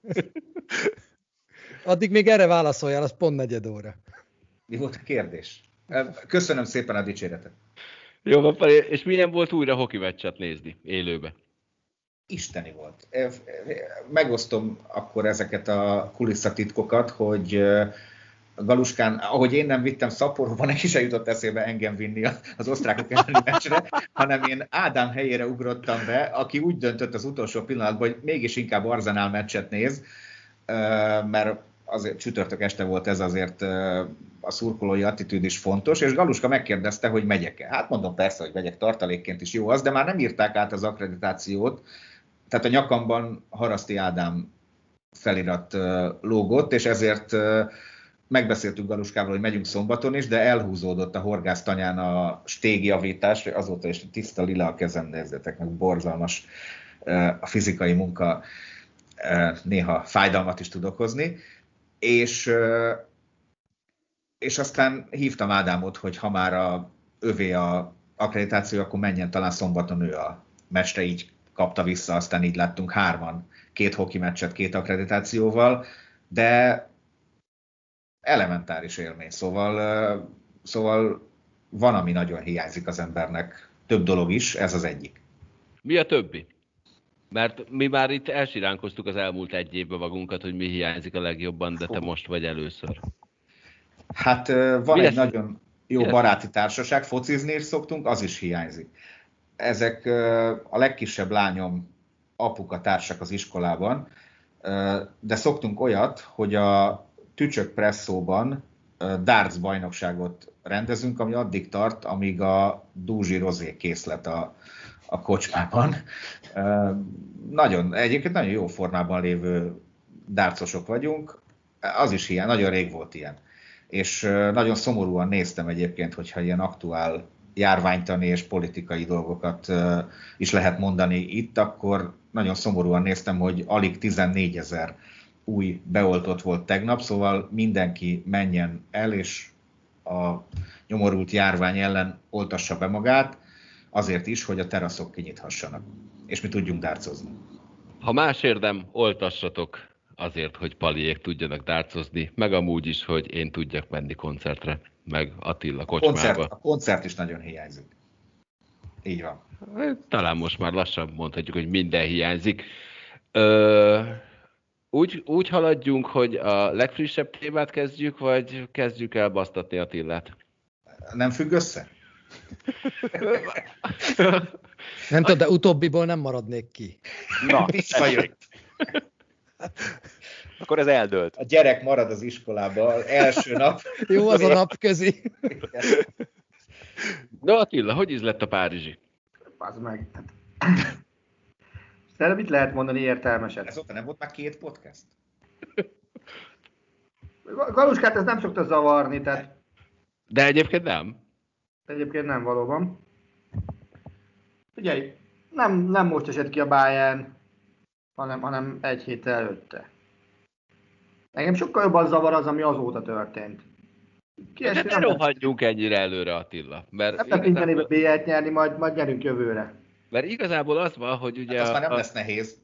Addig még erre válaszoljál, az pont 4 óra. Mi volt a kérdés? Köszönöm szépen a dicséretet. Jó, és milyen volt újra hoki meccset nézni élőbe? Isteni volt. Megosztom akkor ezeket a kulisszatitkokat, hogy Galuskán, ahogy én nem vittem Szaporóban, neki se jutott eszébe engem vinni az osztrákok elleni meccsre, hanem én Ádám helyére ugrottam be, aki úgy döntött az utolsó pillanatban, hogy mégis inkább Arsenal meccset néz, mert azért csütörtök este volt ez, azért a szurkolói attitűd is fontos, és Galuska megkérdezte, hogy megyek-e. Hát mondom, persze, hogy megyek, tartalékként is jó az, de már nem írták át az akkreditációt, tehát a nyakamban Haraszti Ádám felirat lógott, és ezért megbeszéltük Galuskával, hogy megyünk szombaton is, de elhúzódott a horgásztanyán a stégijavítás, azóta is tiszta lila a kezem, nézzetek meg, borzalmas a fizikai munka, néha fájdalmat is tud okozni, és aztán hívtam Ádámot, hogy ha már övé a akkreditáció, akkor menjen talán szombaton ő a meccsre, így kapta vissza, aztán így láttunk 3-an, 2 hoki meccset 2 akkreditációval, de elementáris élmény, szóval van, ami nagyon hiányzik az embernek, több dolog is, ez az egyik. Mi a többi? Mert mi már itt elsiránkoztuk az elmúlt 1 évben magunkat, hogy mi hiányzik a legjobban, de te most vagy először. Hát van egy nagyon jó baráti társaság, focizni is szoktunk, az is hiányzik. Ezek a legkisebb lányom apuka társak az iskolában, de szoktunk olyat, hogy a Tücsök Presszóban darts bajnokságot rendezünk, ami addig tart, amíg a Dúzsi Rozé készlet a kocsmában. Egyébként nagyon jó formában lévő dartsosok vagyunk, az is ilyen, nagyon rég volt ilyen. És nagyon szomorúan néztem egyébként, hogyha ilyen aktuál járványtani és politikai dolgokat is lehet mondani itt, akkor nagyon szomorúan néztem, hogy alig 14 000 új beoltott volt tegnap, szóval mindenki menjen el, és a nyomorult járvány ellen oltassa be magát, azért is, hogy a teraszok kinyithassanak, és mi tudjunk dárcozni. Ha más érdem, oltassatok azért, hogy Paliék tudjanak dárcozni, meg amúgy is, hogy én tudjak menni koncertre, meg Attila kocsmába. A koncert is nagyon hiányzik. Így van. Talán most már lassan mondhatjuk, hogy minden hiányzik. Úgy haladjunk, hogy a legfrissebb témát kezdjük, vagy kezdjük el basztatni Attilát? Nem függ össze? Nem tudom, de utóbbiból nem maradnék ki. Na, visszajött. Akkor ez eldőlt. A gyerek marad az iskolában első nap. Jó az a napközi. Na Attila, hogy lett a párizsi? Pazd meg. Szerintem mit lehet mondani értelmeset? Ezóta nem volt már 2 podcast? Galuskát ez nem szokta zavarni, tehát... De egyébként nem. Egyébként nem valóban. Figyelj, nem most esett ki a Bayern, hanem 1 héttel előtte. Engem sokkal jobban zavar az, ami azóta történt. De ne rohadjunk ennyire előre, Attila. Nem lehet minden évben BL-t nyerni, majd gyerünk jövőre. Mert igazából az van, hogy ugye... Hát az már nem lesz nehéz.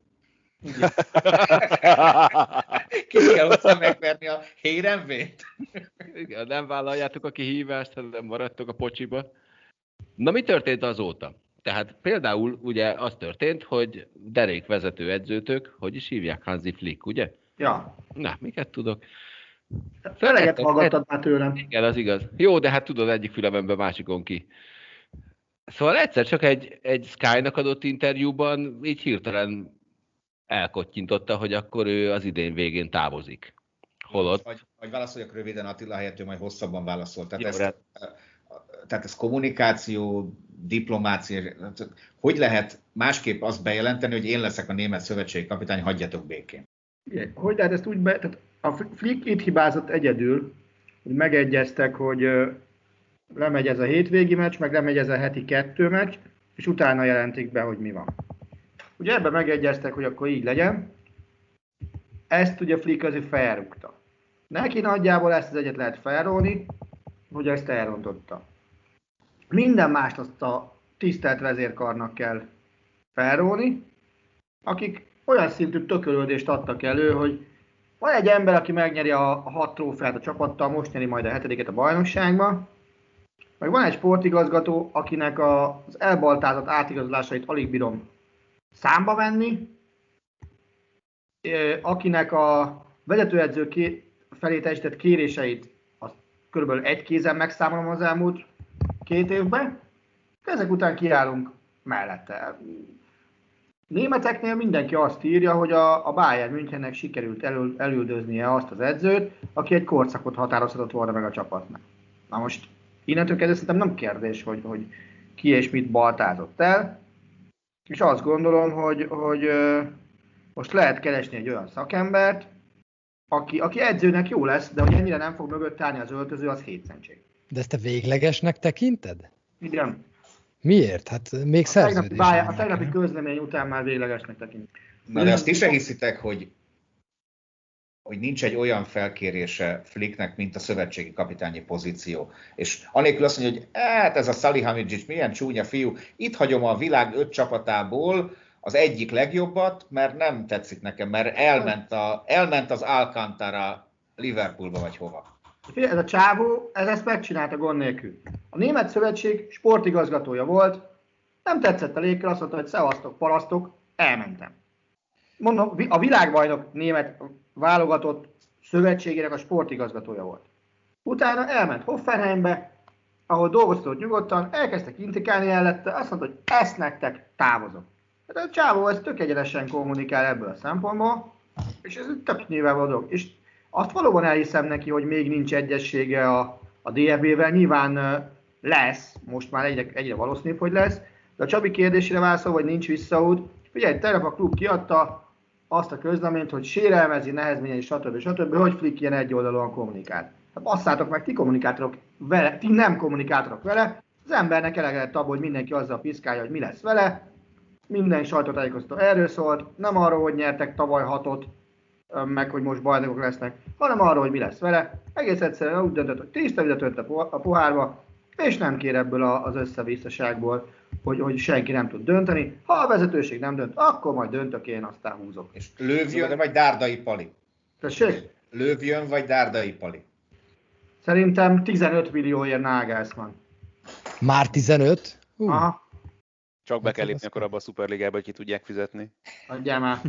Ki kell hozzá megverni a Hérenvét? Igen, nem vállaljátok a kihívást, hanem maradtok a pocsiba. Na, mi történt azóta? Tehát például ugye az történt, hogy derék vezetőedzőtök, hogy is hívják, Hansi Flick, ugye? Ja. Na, miket tudok? Eleget hallgattad már tőlem. Igen, az igaz. Jó, de hát tudod, egyik fülememben másikon ki. Szóval egyszer csak egy Sky-nak adott interjúban így hirtelen elkottyintotta, hogy akkor ő az idén végén távozik. Holott... Vagy válaszoljak röviden, Attila helyett, ő majd hosszabban válaszol. Tehát ez kommunikáció, diplomácia, hogy lehet másképp azt bejelenteni, hogy én leszek a német szövetségi kapitány, hagyjatok békén? Igen, hogy lehet ezt úgy tehát a Flick itt hibázott egyedül, hogy megegyeztek, hogy lemegy ez a hétvégi meccs, meg lemegy ez a heti 2 meccs, és utána jelentik be, hogy mi van. Ugye ebben megegyeztek, hogy akkor így legyen. Ezt ugye Flick azért felrúgta. Neki nagyjából ezt az egyet lehet felrólni, hogy ezt elrontotta. Minden mást azt a tisztelt vezérkarnak kell felrólni, akik olyan szintű tökölődést adtak elő, hogy van egy ember, aki megnyeri a 6 trófeát a csapattal, most nyeri majd a 7-et a bajnokságban, meg van egy sportigazgató, akinek az elbaltázott átigazolásait alig bírom számba venni, akinek a vezetőedző felé teljesített kéréseit azt kb. Egy kézen megszámolom az elmúlt 2 évben, ezek után kiállunk mellette. Németeknél mindenki azt írja, hogy a Bayern Münchennek sikerült elüldöznie azt az edzőt, aki egy korszakot határozhatott volna meg a csapatnak. Na most innentől kezdve szerintem nem kérdés, hogy ki és mit baltázott el, és azt gondolom, hogy most lehet keresni egy olyan szakembert, aki edzőnek jó lesz, de hogy ennyire nem fog mögött állni az öltöző, az hétszentség. De ezt te véglegesnek tekinted? Igen. Miért? Hát még szerződés. A tegnapi közlemény után már véglegesnek tekint. Na de azt is hiszitek, hogy nincs egy olyan felkérése Flicknek, mint a szövetségi kapitányi pozíció. És anélkül azt mondja, hogy hát ez a Salihamidzic milyen csúnya fiú, itt hagyom a világ 5 csapatából az egyik legjobbat, mert nem tetszik nekem, mert elment az Alcantara Liverpoolba vagy hova. Ez a csávó, ezt megcsinálta gond nélkül. A német szövetség sportigazgatója volt, nem tetszett a légkör, azt mondta, hogy szevasztok, parasztok, elmentem. Mondom, a világbajnok német válogatott szövetségének a sportigazgatója volt. Utána elment Hoffenheimbe, ahol dolgoztott nyugodtan, elkezdtek intikálni mellette, azt mondta, hogy ezt nektek távozok. Tehát a csávó ezt tök egyenesen kommunikál ebből a szempontból, és ez tök nyilvánvaló. És azt valóban elhiszem neki, hogy még nincs egyessége a DFB-vel, nyilván lesz, most már egyre valószínűbb, hogy lesz, de a Csabi kérdésére válaszol, hogy nincs visszaút. Figyelj, tegnap a klub kiadta azt a közleményt, hogy sérelmezi, nehezményei, stb. Hogy Flick ilyen egyoldalúan kommunikál. Hát basszátok meg, ti kommunikátorok vele, ti nem kommunikátorok vele, az embernek elege lett abból, hogy mindenki azzal piszkálja, hogy mi lesz vele, minden sajtótájékoztató erről szólt, nem arról, hogy nyertek tavaly 6-ot, meg hogy most bajnokok lesznek, hanem arról, hogy mi lesz vele. Egész egyszerűen úgy döntött, hogy tiszta vizet önt a pohárba, és nem kér ebből az összevisszaságból, hogy senki nem tud dönteni. Ha a vezetőség nem dönt, akkor majd döntök én, aztán húzok. És lövjön vagy Dárdai Pali? Tessék? Lövjön vagy Dárdai Pali? Szerintem 15 millióért Nagelsmann. Már 15? Aha. Csak be kell lépni akkor abba a szuperligába, hogy ki tudják fizetni. Adjál már.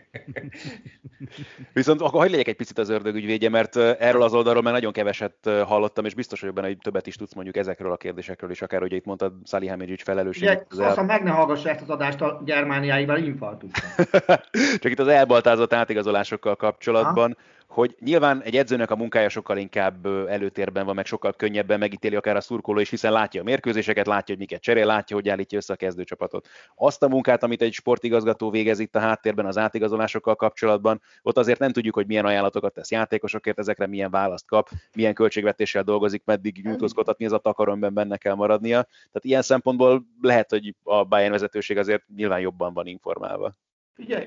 Viszont akkor hagyj legyek egy picit az ördög ügyvédje, mert erről az oldalról már nagyon keveset hallottam, és biztos vagyok benne, hogy többet is tudsz mondjuk ezekről a kérdésekről, és akár, hogy itt mondtad, Salihamidzic felelősséget. Szóval meg ne hallgassa ezt az adást a Germániáival, infarktusra. Csak itt az elbaltázott átigazolásokkal kapcsolatban, hogy nyilván egy edzőnek a munkája sokkal inkább előtérben van, meg sokkal könnyebben megítéli akár a szurkoló is, hiszen látja a mérkőzéseket, látja, hogy miket cserél, látja, hogy állítja össze a kezdőcsapatot. Azt a munkát, amit egy sportigazgató végez itt a háttérben az átigazolásokkal kapcsolatban, ott azért nem tudjuk, hogy milyen ajánlatokat tesz játékosokért, ezekre milyen választ kap, milyen költségvetéssel dolgozik, meddig nyújtózkodhatni, ez a takaromban benne kell maradnia. Tehát ilyen szempontból lehet, hogy a Bayern vezetőség azért nyilván jobban van informálva. Figyelj,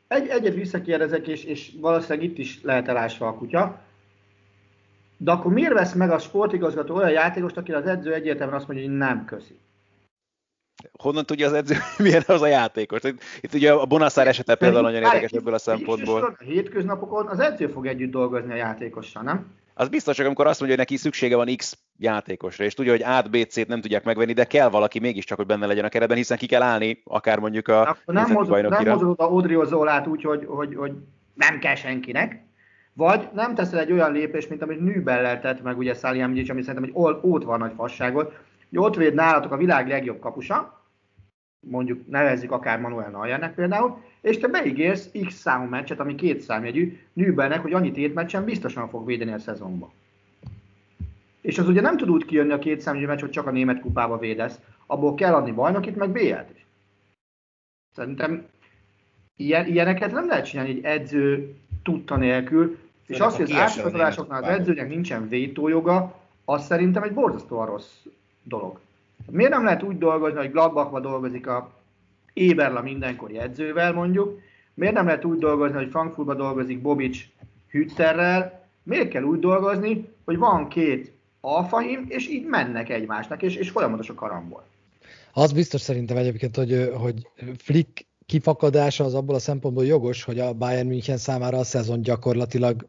Egyet visszakérdezek, és valószínűleg itt is lehet elásva a kutya. De akkor miért vesz meg a sportigazgató olyan játékost, akire az edző egyértelműen azt mondja, hogy nem köszi? Honnan tudja az edző, milyen az a játékos? Itt ugye a Bonassar esete például nagyon érdekes ebből a szempontból. A hétköznapokon az edző fog együtt dolgozni a játékossal, nem? Az biztos, hogy amikor azt mondja, hogy neki szüksége van X játékosra, és tudja, hogy A-t, B-t, C-t nem tudják megvenni, de kell valaki mégiscsak, hogy benne legyen a keretben, hiszen ki kell állni, akár mondjuk a nem mozod a Odriozolát úgy, hogy nem kell senkinek, vagy nem teszel egy olyan lépést, mint amit Nübellel tett meg ugye Salihamidzic, ami szerintem egy ott van nagy fasságot, hogy ott véd nálatok a világ legjobb kapusa, mondjuk nevezzük akár Manuel Neuernek például, és te beígérsz X számú meccset, ami 2 számjegyű Nübelnek, hogy annyi tétmeccsen biztosan fog védeni a szezonban. És az ugye nem tud úgy kijönni a 2 számjegyű meccs, hogy csak a német kupába védesz, abból kell adni bajnokit, meg BL-t is. Szerintem ilyeneket nem lehet csinálni egy edző tudta nélkül, és az, hogy az átigazolásoknál az edzőnek nincsen vétójoga, az szerintem egy borzasztóan rossz dolog. Miért nem lehet úgy dolgozni, hogy Gladbachban dolgozik a Eberle mindenkori edzővel mondjuk, miért nem lehet úgy dolgozni, hogy Frankfurtban dolgozik Bobic Hütterrel, miért kell úgy dolgozni, hogy van 2 alfahím, és így mennek egymásnak, és folyamatos a karambol. Az biztos szerintem egyébként, hogy Flick kifakadása az abból a szempontból jogos, hogy a Bayern München számára a szezon gyakorlatilag,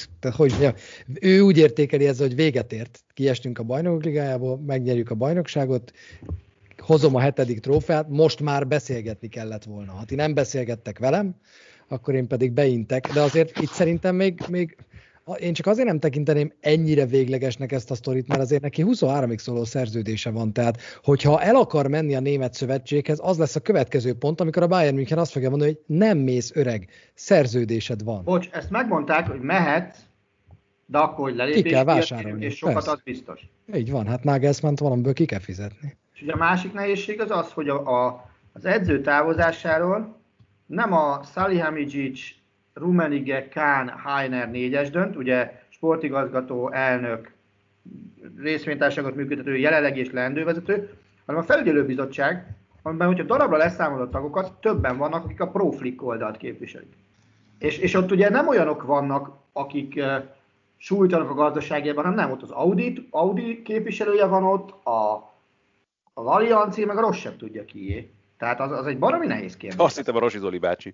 ő úgy értékeli ezzel, hogy véget ért. Kiestünk a Bajnokok Ligájából, megnyerjük a bajnokságot, hozom a 7. trófeát, most már beszélgetni kellett volna. Ha ti nem beszélgettek velem, akkor én pedig beintek, de azért itt szerintem még én csak azért nem tekinteném ennyire véglegesnek ezt a sztorit, mert azért neki 23-ig szóló szerződése van, tehát hogyha el akar menni a német szövetséghez, az lesz a következő pont, amikor a Bayern München azt fogja mondani, hogy nem mész öreg, szerződésed van. Bocs, ezt megmondták, hogy mehet, de akkor, hogy lelépés, ki kell vásárolni, és sokat az biztos. Így van, hát Nagelsmannt valamiből ki kell fizetni. És ugye a másik nehézség az, hogy az edző távozásáról nem a Salihamidzic, Rummenigge, Kahn, Heiner 4-es dönt, ugye sportigazgató, elnök, részvénytársaságot működtető, jelenleg és leendő vezető, hanem a felügyelőbizottság, amiben, hogyha darabra leszámolott tagokat, többen vannak, akik a pro-flick oldalt képviselik. És ott ugye nem olyanok vannak, akik súlytanak a gazdaságében, hanem nem, ott az Audi képviselője van ott, az Allianz, meg a Rossz sem tudja kié. Tehát az egy baromi nehéz kérdés. Azt hittem a Rossi Zoli bácsi.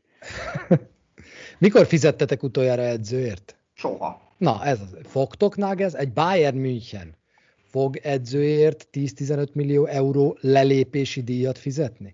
Mikor fizettetek utoljára edzőért? Soha. Na, fogtok Nagelsmann, egy Bayern München fog edzőért 10-15 millió euró lelépési díjat fizetni?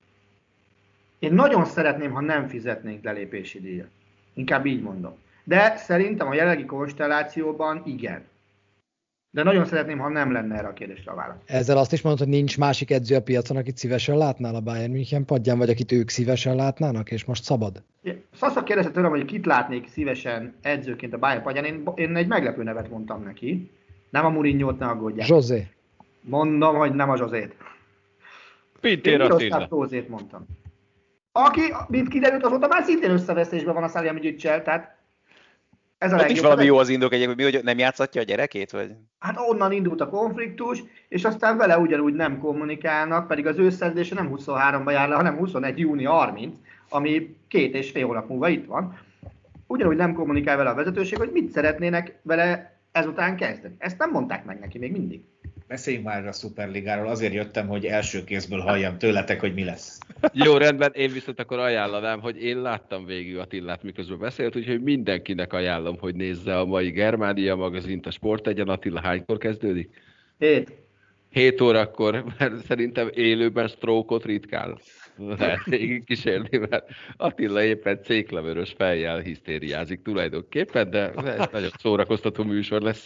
Én nagyon szeretném, ha nem fizetnénk lelépési díjat. Inkább így mondom. De szerintem a jelenlegi konstellációban igen. De nagyon szeretném, ha nem lenne erre a kérdésre a válasz. Ezzel azt is mondod, hogy nincs másik edző a piacon, akit szívesen látnál a Bayern München padján, vagy akit ők szívesen látnának, és most szabad? Sasa kérdezte tőlem, hogy kit látnék szívesen edzőként a Bayern padján. Én egy meglepő nevet mondtam neki. Nem a Mourinho-t, ne aggódjál. José. Mondom, hogy nem a Josét. Pintér Attila. Josét mondtam. Aki, mint kiderült, azóta már szintén összevesztésben van a Salihamidzic-sel, tehát ez a ott is valami jó az indok egyébként, mi, hogy nem játszatja a gyerekét? Vagy? Hát onnan indult a konfliktus, és aztán vele ugyanúgy nem kommunikálnak, pedig az ő szerződése nem 23-ban jár le, hanem 21. júni 30, ami 2,5 hónap múlva itt van. Ugyanúgy nem kommunikál vele a vezetőség, hogy mit szeretnének vele ezután kezdeni. Ezt nem mondták meg neki még mindig. Beszéljünk már a Szuperligáról, azért jöttem, hogy első kézből halljam tőletek, hogy mi lesz. Jó, rendben, én viszont akkor ajánlanám, hogy én láttam végig Attilát, miközben beszélt, úgyhogy mindenkinek ajánlom, hogy nézze a mai Germánia magazint, a Sport egyen. Attila, hánykor kezdődik? 7 órakor, mert szerintem élőben stroke-ot ritkán lehet végig kísérni, mert Attila éppen céklavörös fejjel hisztériázik tulajdonképpen, de ez nagyon szórakoztató műsor lesz.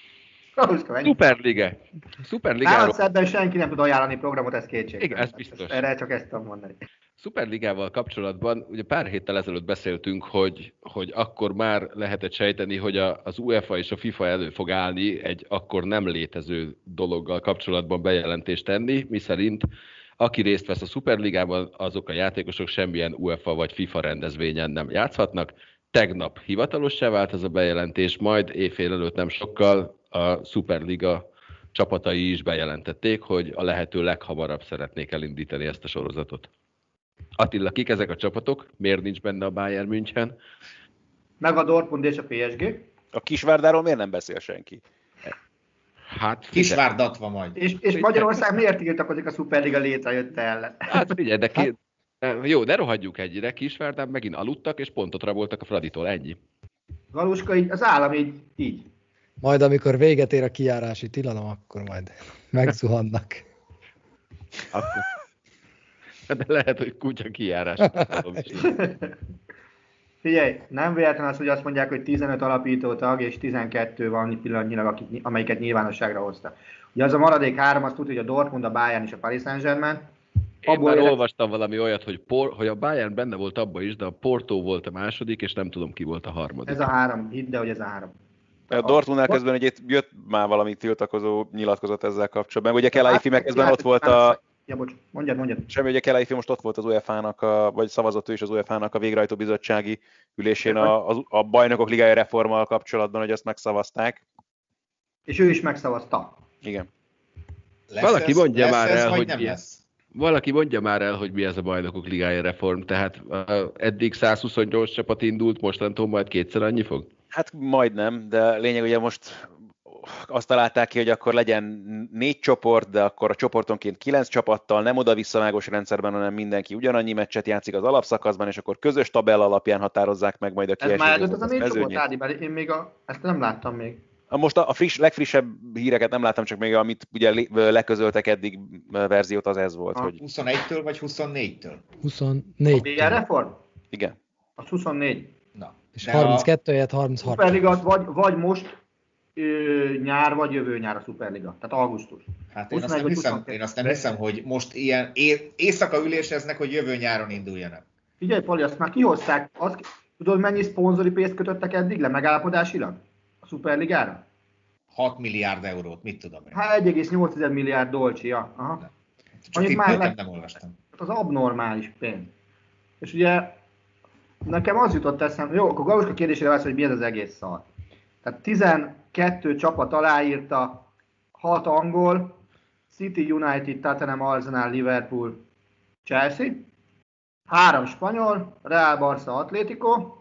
Superliga. Nálad szebben senki nem tud ajánlani programot, ez kétség. Igen, ez biztos. Erre csak ezt tudom mondani. Superligával kapcsolatban ugye pár héttel ezelőtt beszéltünk, hogy akkor már lehetett sejteni, hogy az UEFA és a FIFA elő fog állni egy akkor nem létező dologgal kapcsolatban bejelentést tenni, miszerint aki részt vesz a Superligában, azok a játékosok semmilyen UEFA vagy FIFA rendezvényen nem játszhatnak. Tegnap hivatalossá vált ez a bejelentés, majd éjfél előtt nem sokkal a Superliga csapatai is bejelentették, hogy a lehető leghamarabb szeretnék elindítani ezt a sorozatot. Attila, kik ezek a csapatok? Miért nincs benne a Bayern München? Meg a Dortmund és a PSG. A Kisvárdáról miért nem beszél senki? Hát Kisvárdatva majd. És Magyarország miért tiltakozik a Szuperliga létrejötte ellen? Hát figyelj, jó, ne rohadjuk egyre, Kisvárdán megint aludtak, és pontot raboltak a Fraditól, ennyi. Galuska, így, az állam így. Majd amikor véget ér a kijárási tilalom, akkor majd megzuhannak. Akkor. De lehet, hogy kutya kijárás. Figyelj, nem véletlen az, hogy azt mondják, hogy 15 alapító tag, és 12 van pillanatnyilag, amelyiket nyilvánosságra hozta. Ugye az a maradék 3, azt tudja, hogy a Dortmund, a Bayern és a Paris Saint-Germain. Én már olvastam valami olyat, hogy a Bayern benne volt abban is, de a Porto volt a második, és nem tudom, ki volt a harmadik. Ez a 3, hidd el, hogy ez a 3. A Dortmundnál közben ugye jött már valami tiltakozó nyilatkozat ezzel kapcsolatban. Ugye Kelaifi meg közben ott volt a... Ja, bocs, mondjad. Semmi, ugye Kelaifi most ott volt az UEFA-nak, vagy szavazott ő is az UEFA-nak a végrehajtó bizottsági ülésén a bajnokok ligája reformmal kapcsolatban, hogy ezt megszavazták. És ő is megszavazta. Igen. Valaki mondja már el, hogy mi ez a bajnokok ligája reform. Tehát eddig 128 csapat indult, mostantól majd kétszer annyi fog? Hát majdnem, de lényeg ugye most azt találták ki, hogy akkor legyen 4 csoport, de akkor a csoportonként 9 csapattal, nem oda-visszavágós rendszerben, hanem mindenki ugyanannyi meccset játszik az alapszakaszban, és akkor közös tabella alapján határozzák meg majd a kieső. Ez már előtt az a 4 csoport, Ádi, mert én még ezt nem láttam még. Most a legfrissebb híreket nem láttam, csak még amit ugye leközöltek eddig verziót, az ez volt. Hogy... 21-től vagy 24-től? 24. A BL reform? Igen. Az 24. Na. És 32 helyett 33. Szuperliga vagy most nyár, vagy jövő nyár a Szuperliga. Tehát augusztus. Hát én azt nem hiszem, hogy most ilyen éjszaka üléseznek, hogy jövő nyáron induljanak. Figyelj, Pali, azt már kihozták. Tudod, mennyi szponzori pénzt kötöttek eddig le megállapodásilag a Szuperligára? 6 milliárd eurót, mit tudom én. Hát 1,8 milliárd dolcsi, ja. Aha. Csak tippeltem, nem olvastam. Az abnormális pénz. És ugye nekem az jutott eszembe, jó, akkor Galuska kérdésére válasz, hogy mi ez az egész szar. Tehát 12 csapat aláírta, 6 angol, City, United, Tottenham, Arsenal, Liverpool, Chelsea, 3 spanyol, Real, Barca, Atlético,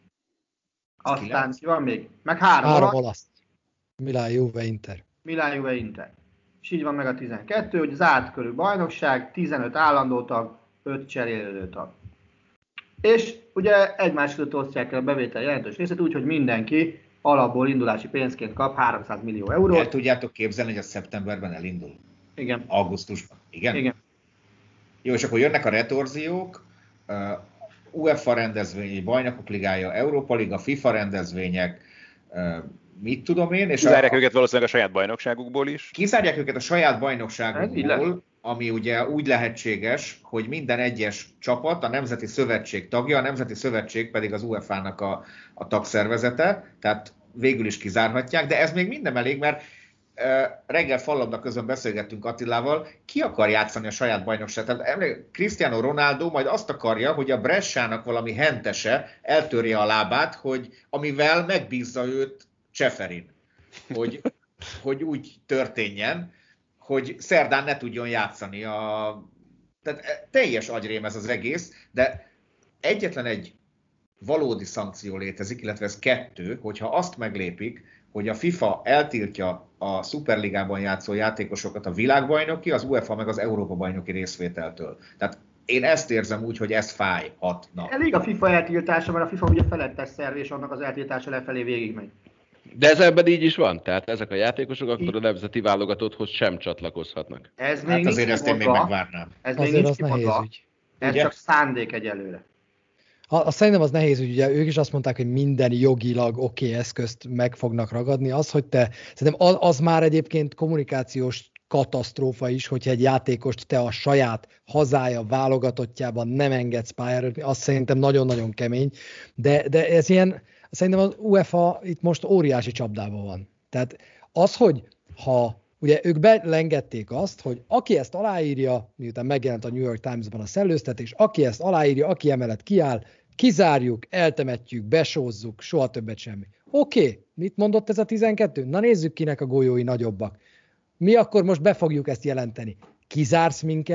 aztán ki van még? Meg 3 olasz. Milán, Juve, Inter. Milán, Juve, Inter. És így van meg a 12, hogy zárt körű bajnokság, 15 állandó tag, 5 cserélődő tag. És ugye egymás között osztják el a bevétel jelentős részét úgy, hogy mindenki alapból indulási pénzként kap 300 millió eurót. El tudjátok képzelni, hogy a szeptemberben elindul? Igen. Augusztusban. Igen? Igen. Jó, és akkor jönnek a retorziók, UEFA rendezvény, Bajnokok Ligája, Európa Liga, FIFA rendezvények, mit tudom én. És kizárják őket valószínűleg a saját bajnokságukból is. Kizárják őket a saját bajnokságukból, ami ugye úgy lehetséges, hogy minden egyes csapat a Nemzeti Szövetség tagja, a Nemzeti Szövetség pedig az UEFA-nak a tagszervezete, tehát végül is kizárhatják, de ez még minden elég, mert reggel fallabda közben beszélgettünk Attilával, ki akar játszani a saját bajnokságot. Tehát Cristiano Ronaldo majd azt akarja, hogy a Bressának valami hentese eltörje a lábát, amivel megbízza őt Cseferin, hogy úgy történjen, hogy szerdán ne tudjon játszani. Tehát teljes agyrém ez az egész, de egyetlen egy valódi szankció létezik, illetve ez 2, hogyha azt meglépik, hogy a FIFA eltiltja a Szuperligában játszó játékosokat a világbajnoki, az UEFA meg az Európa-bajnoki részvételtől. Tehát én ezt érzem úgy, hogy ez fájhatna. Elég a FIFA eltiltása, mert a FIFA ugye felettes szerv, és annak az eltiltása lefelé végigmegy. De ez ebben így is van, tehát ezek a játékosok akkor a nemzeti válogatotthoz sem csatlakozhatnak. Ez még azért ezt én még megvárnám. Ez még nincs kimondva. Ez csak szándék egyelőre. Szerintem az nehéz, hogy ugye ők is azt mondták, hogy minden jogilag oké eszközt meg fognak ragadni. Az, hogy szerintem az már egyébként kommunikációs katasztrófa is, hogyha egy játékost te a saját hazája válogatottjában nem engedsz pályára, az szerintem nagyon-nagyon kemény. De ez ilyen, szerintem az UEFA itt most óriási csapdában van. Tehát az, hogy ha ugye ők belengedték azt, hogy aki ezt aláírja, miután megjelent a New York Times-ban a szellőztetés, aki ezt aláírja, aki emellett kiáll, kizárjuk, eltemetjük, besózzuk, soha többet semmi. Oké, mit mondott ez a 12? Na nézzük, kinek a golyói nagyobbak. Mi akkor most be fogjuk ezt jelenteni. Kizársz minket,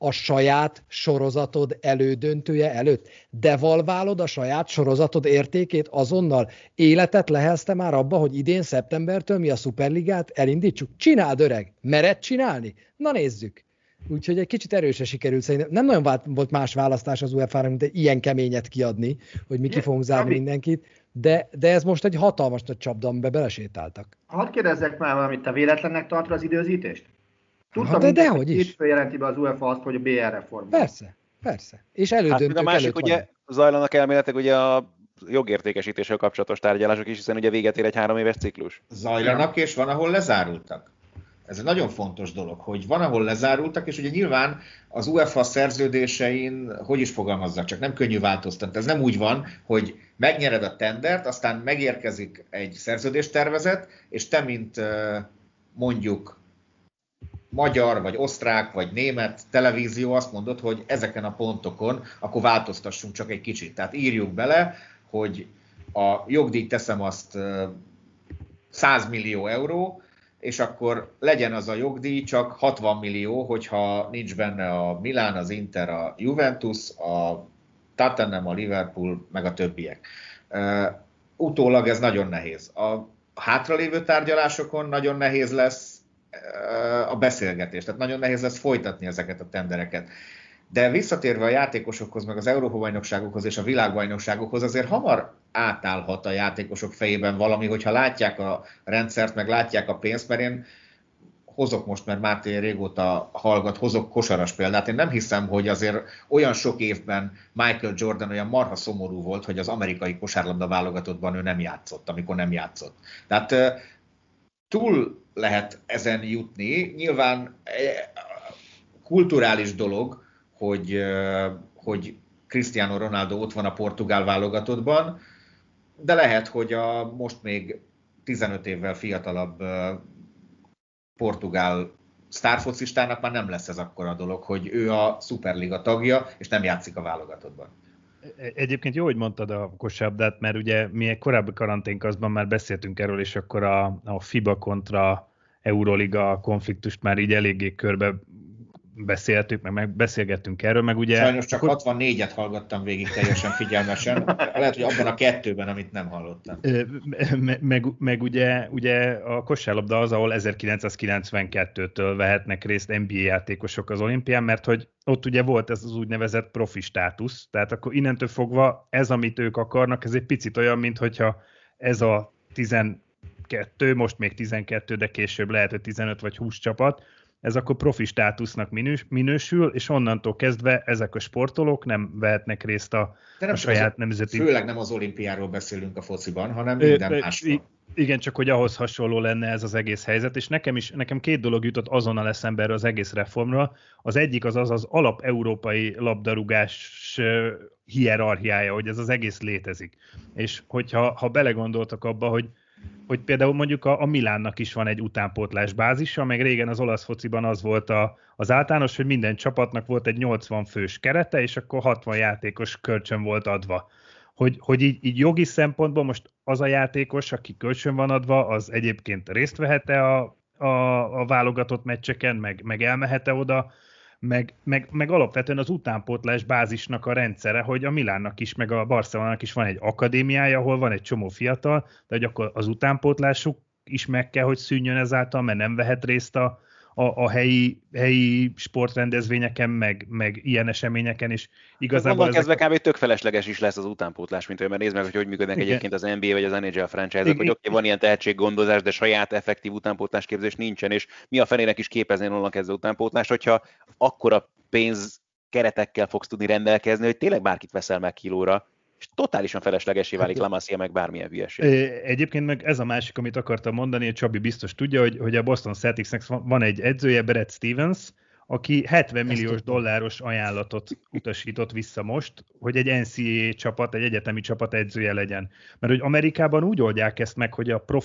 a saját sorozatod elődöntője előtt? Devalválod a saját sorozatod értékét azonnal? Életet lehelsz te már abba, hogy idén szeptembertől mi a Szuperligát elindítsuk? Csináld, öreg! Mered csinálni? Na nézzük! Úgyhogy egy kicsit erősen sikerült szerintem. Nem nagyon volt más választás az UEFA-ra, mint egy ilyen keményet kiadni, hogy mi ki fogunk zárni mindenkit, de ez most egy hatalmas nagy csapda, amiben belesétáltak. Hadd kérdezzek már valamit, te véletlennek tartod az időzítést? Tudtam, de dehogy is. Hétfőn jelenti be az UEFA azt, hogy a BR reform. Persze. És elődöntők a másik, előtt ugye zajlanak elméletek ugye a jogértékesítéssel kapcsolatos tárgyalások is, hiszen ugye véget ér egy 3 éves ciklus. Zajlanak, és van, ahol lezárultak. Ez egy nagyon fontos dolog, hogy van, ahol lezárultak, és ugye nyilván az UEFA szerződésein, hogy is fogalmazzak, csak nem könnyű változtatni. Ez nem úgy van, hogy megnyered a tendert, aztán megérkezik egy szerződéstervezet, és te, mint mondjuk magyar, vagy osztrák, vagy német televízió azt mondod, hogy ezeken a pontokon akkor változtassunk csak egy kicsit. Tehát írjuk bele, hogy a jogdíj, teszem azt 100 millió euró, és akkor legyen az a jogdíj csak 60 millió, hogyha nincs benne a Milán, az Inter, a Juventus, a Tottenham, a Liverpool, meg a többiek. Utólag ez nagyon nehéz. A hátralévő tárgyalásokon nagyon nehéz lesz a beszélgetés, tehát nagyon nehéz lesz folytatni ezeket a tendereket. De visszatérve a játékosokhoz, meg az Európa-bajnokságokhoz és a világbajnokságokhoz, azért hamar átállhat a játékosok fejében valami, hogyha látják a rendszert, meg látják a pénzt, mert én hozok most, mert Máté régóta hallgat, hozok kosaras példát. Én nem hiszem, hogy azért olyan sok évben Michael Jordan olyan marha szomorú volt, hogy az amerikai kosárlabda válogatottban ő nem játszott, amikor nem játszott. Tehát túl lehet ezen jutni. Nyilván kulturális dolog, hogy Cristiano Ronaldo ott van a portugál válogatottban, de lehet, hogy a most még 15 évvel fiatalabb portugál sztárfocistának már nem lesz ez akkora dolog, hogy ő a Superliga tagja, és nem játszik a válogatottban. Egyébként jó, hogy mondtad a kosárlabdát, mert ugye mi egy korábbi karanténkaszban már beszéltünk erről, és akkor a FIBA kontra Euroliga konfliktust már így eléggé körbe beszéltük, meg beszélgettünk erről, meg ugye... Sajnos csak 64-et hallgattam végig teljesen figyelmesen, lehet, hogy abban a 2-ben, amit nem hallottam. Meg ugye a kosárlabda az, ahol 1992-től vehetnek részt NBA játékosok az olimpián, mert hogy ott ugye volt ez az úgynevezett profi státusz, tehát akkor innentől fogva ez, amit ők akarnak, ez egy picit olyan, mint hogyha ez a 12, most még 12, de később lehet, hogy 15 vagy 20 csapat, ez akkor profi státusznak minősül, és onnantól kezdve ezek a sportolók nem vehetnek részt a saját nemzeti... Főleg nem az olimpiáról beszélünk a fociban, hanem minden másról. Igen, csak hogy ahhoz hasonló lenne ez az egész helyzet, és nekem 2 dolog jutott azonnal eszembe erről az egész reformra. Az egyik az alap-európai labdarúgás hierarchiája, hogy ez az egész létezik. És hogyha belegondoltak abba, hogy például mondjuk a Milánnak is van egy utánpótlás bázisa, meg régen az olasz fociban az volt az általános, hogy minden csapatnak volt egy 80 fős kerete, és akkor 60 játékos kölcsön volt adva. Hogy így jogi szempontból most az a játékos, aki kölcsön van adva, az egyébként részt vehet-e a válogatott meccseken, meg elmehet-e oda, meg alapvetően az utánpótlás bázisnak a rendszere, hogy a Milánnak is, meg a Barcelonának is van egy akadémiája, ahol van egy csomó fiatal, de hogy akkor az utánpótlásuk is meg kell, hogy szűnjön ezáltal, mert nem vehet részt a helyi sportrendezvényeken, meg ilyen eseményeken is. Igazából kezdve kb. Tök felesleges is lesz az utánpótlás, mint olyan, mert nézd meg, hogy működnek egyébként az NBA vagy az NHL franchise-ok, hogy oké, van ilyen tehetséggondozás, de saját effektív utánpótlásképzés nincsen, és mi a fenének is képezni onnan kezdve utánpótlást, hogyha akkora pénz keretekkel fogsz tudni rendelkezni, hogy tényleg bárkit veszel meg kilóra, és totálisan feleslegesé válik La Masia, meg bármilyen hülyeség. Egyébként meg ez a másik, amit akartam mondani, hogy Csabi biztos tudja, hogy a Boston Celticsnek van egy edzője, Brad Stevens, aki 70 milliós dolláros ajánlatot utasított vissza most, hogy egy NCAA csapat, egy egyetemi csapat edzője legyen. Mert hogy Amerikában úgy oldják ezt meg, hogy a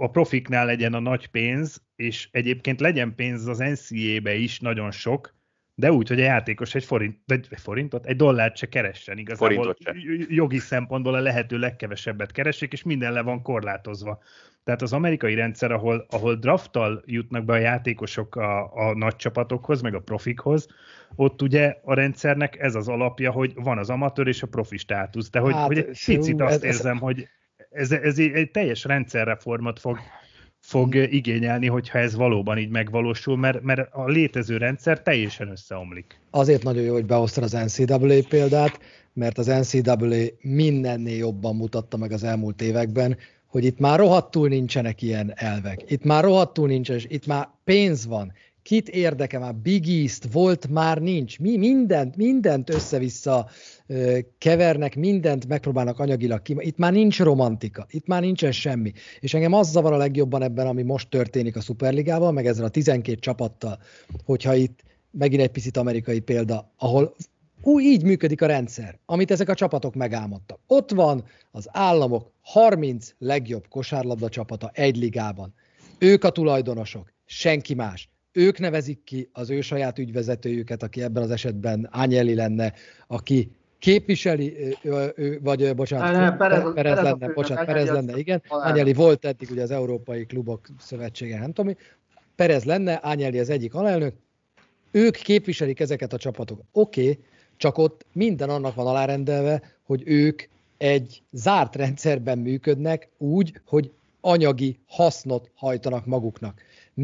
profiknál legyen a nagy pénz, és egyébként legyen pénz az NCAA-be is nagyon sok, de úgy, hogy a játékos egy dollárt se keressen igazából. Jogi szempontból a lehető legkevesebbet keressék, és minden le van korlátozva. Tehát az amerikai rendszer, ahol drafttal jutnak be a játékosok a nagy csapatokhoz, meg a profikhoz, ott ugye a rendszernek ez az alapja, hogy van az amatőr és a profi státusz. De hogy egy picit azt érzem, hogy ez egy teljes rendszerreformot fog igényelni, hogyha ez valóban így megvalósul, mert a létező rendszer teljesen összeomlik. Azért nagyon jó, hogy behoztad az NCAA példát, mert az NCAA mindennél jobban mutatta meg az elmúlt években, hogy itt már rohadtul nincsenek ilyen elvek. Itt már rohadtul nincsen, és itt már pénz van. Kit érdekel már? Big East volt, már nincs. Mindent össze-vissza kevernek, mindent megpróbálnak anyagilag ki. Itt már nincs romantika, itt már nincsen semmi. És engem az zavar a legjobban ebben, ami most történik a Szuperligával, meg ezzel a 12 csapattal, hogyha itt megint egy picit amerikai példa, ahol így működik a rendszer, amit ezek a csapatok megálmodtak. Ott van az államok 30 legjobb kosárlabda csapata egy ligában. Ők a tulajdonosok, senki más. Ők nevezik ki az ő saját ügyvezetőjüket, aki ebben az esetben Agnelli lenne, aki képviseli, vagy bocsánat, Perez lenne, igen. Agnelli volt eddig ugye az Európai Klubok Szövetsége, nem tudom, Perez lenne, Agnelli az egyik alelnök, ők képviselik ezeket a csapatokat. Oké, csak ott minden annak van alárendelve, hogy ők egy zárt rendszerben működnek úgy, hogy anyagi hasznot hajtanak maguknak.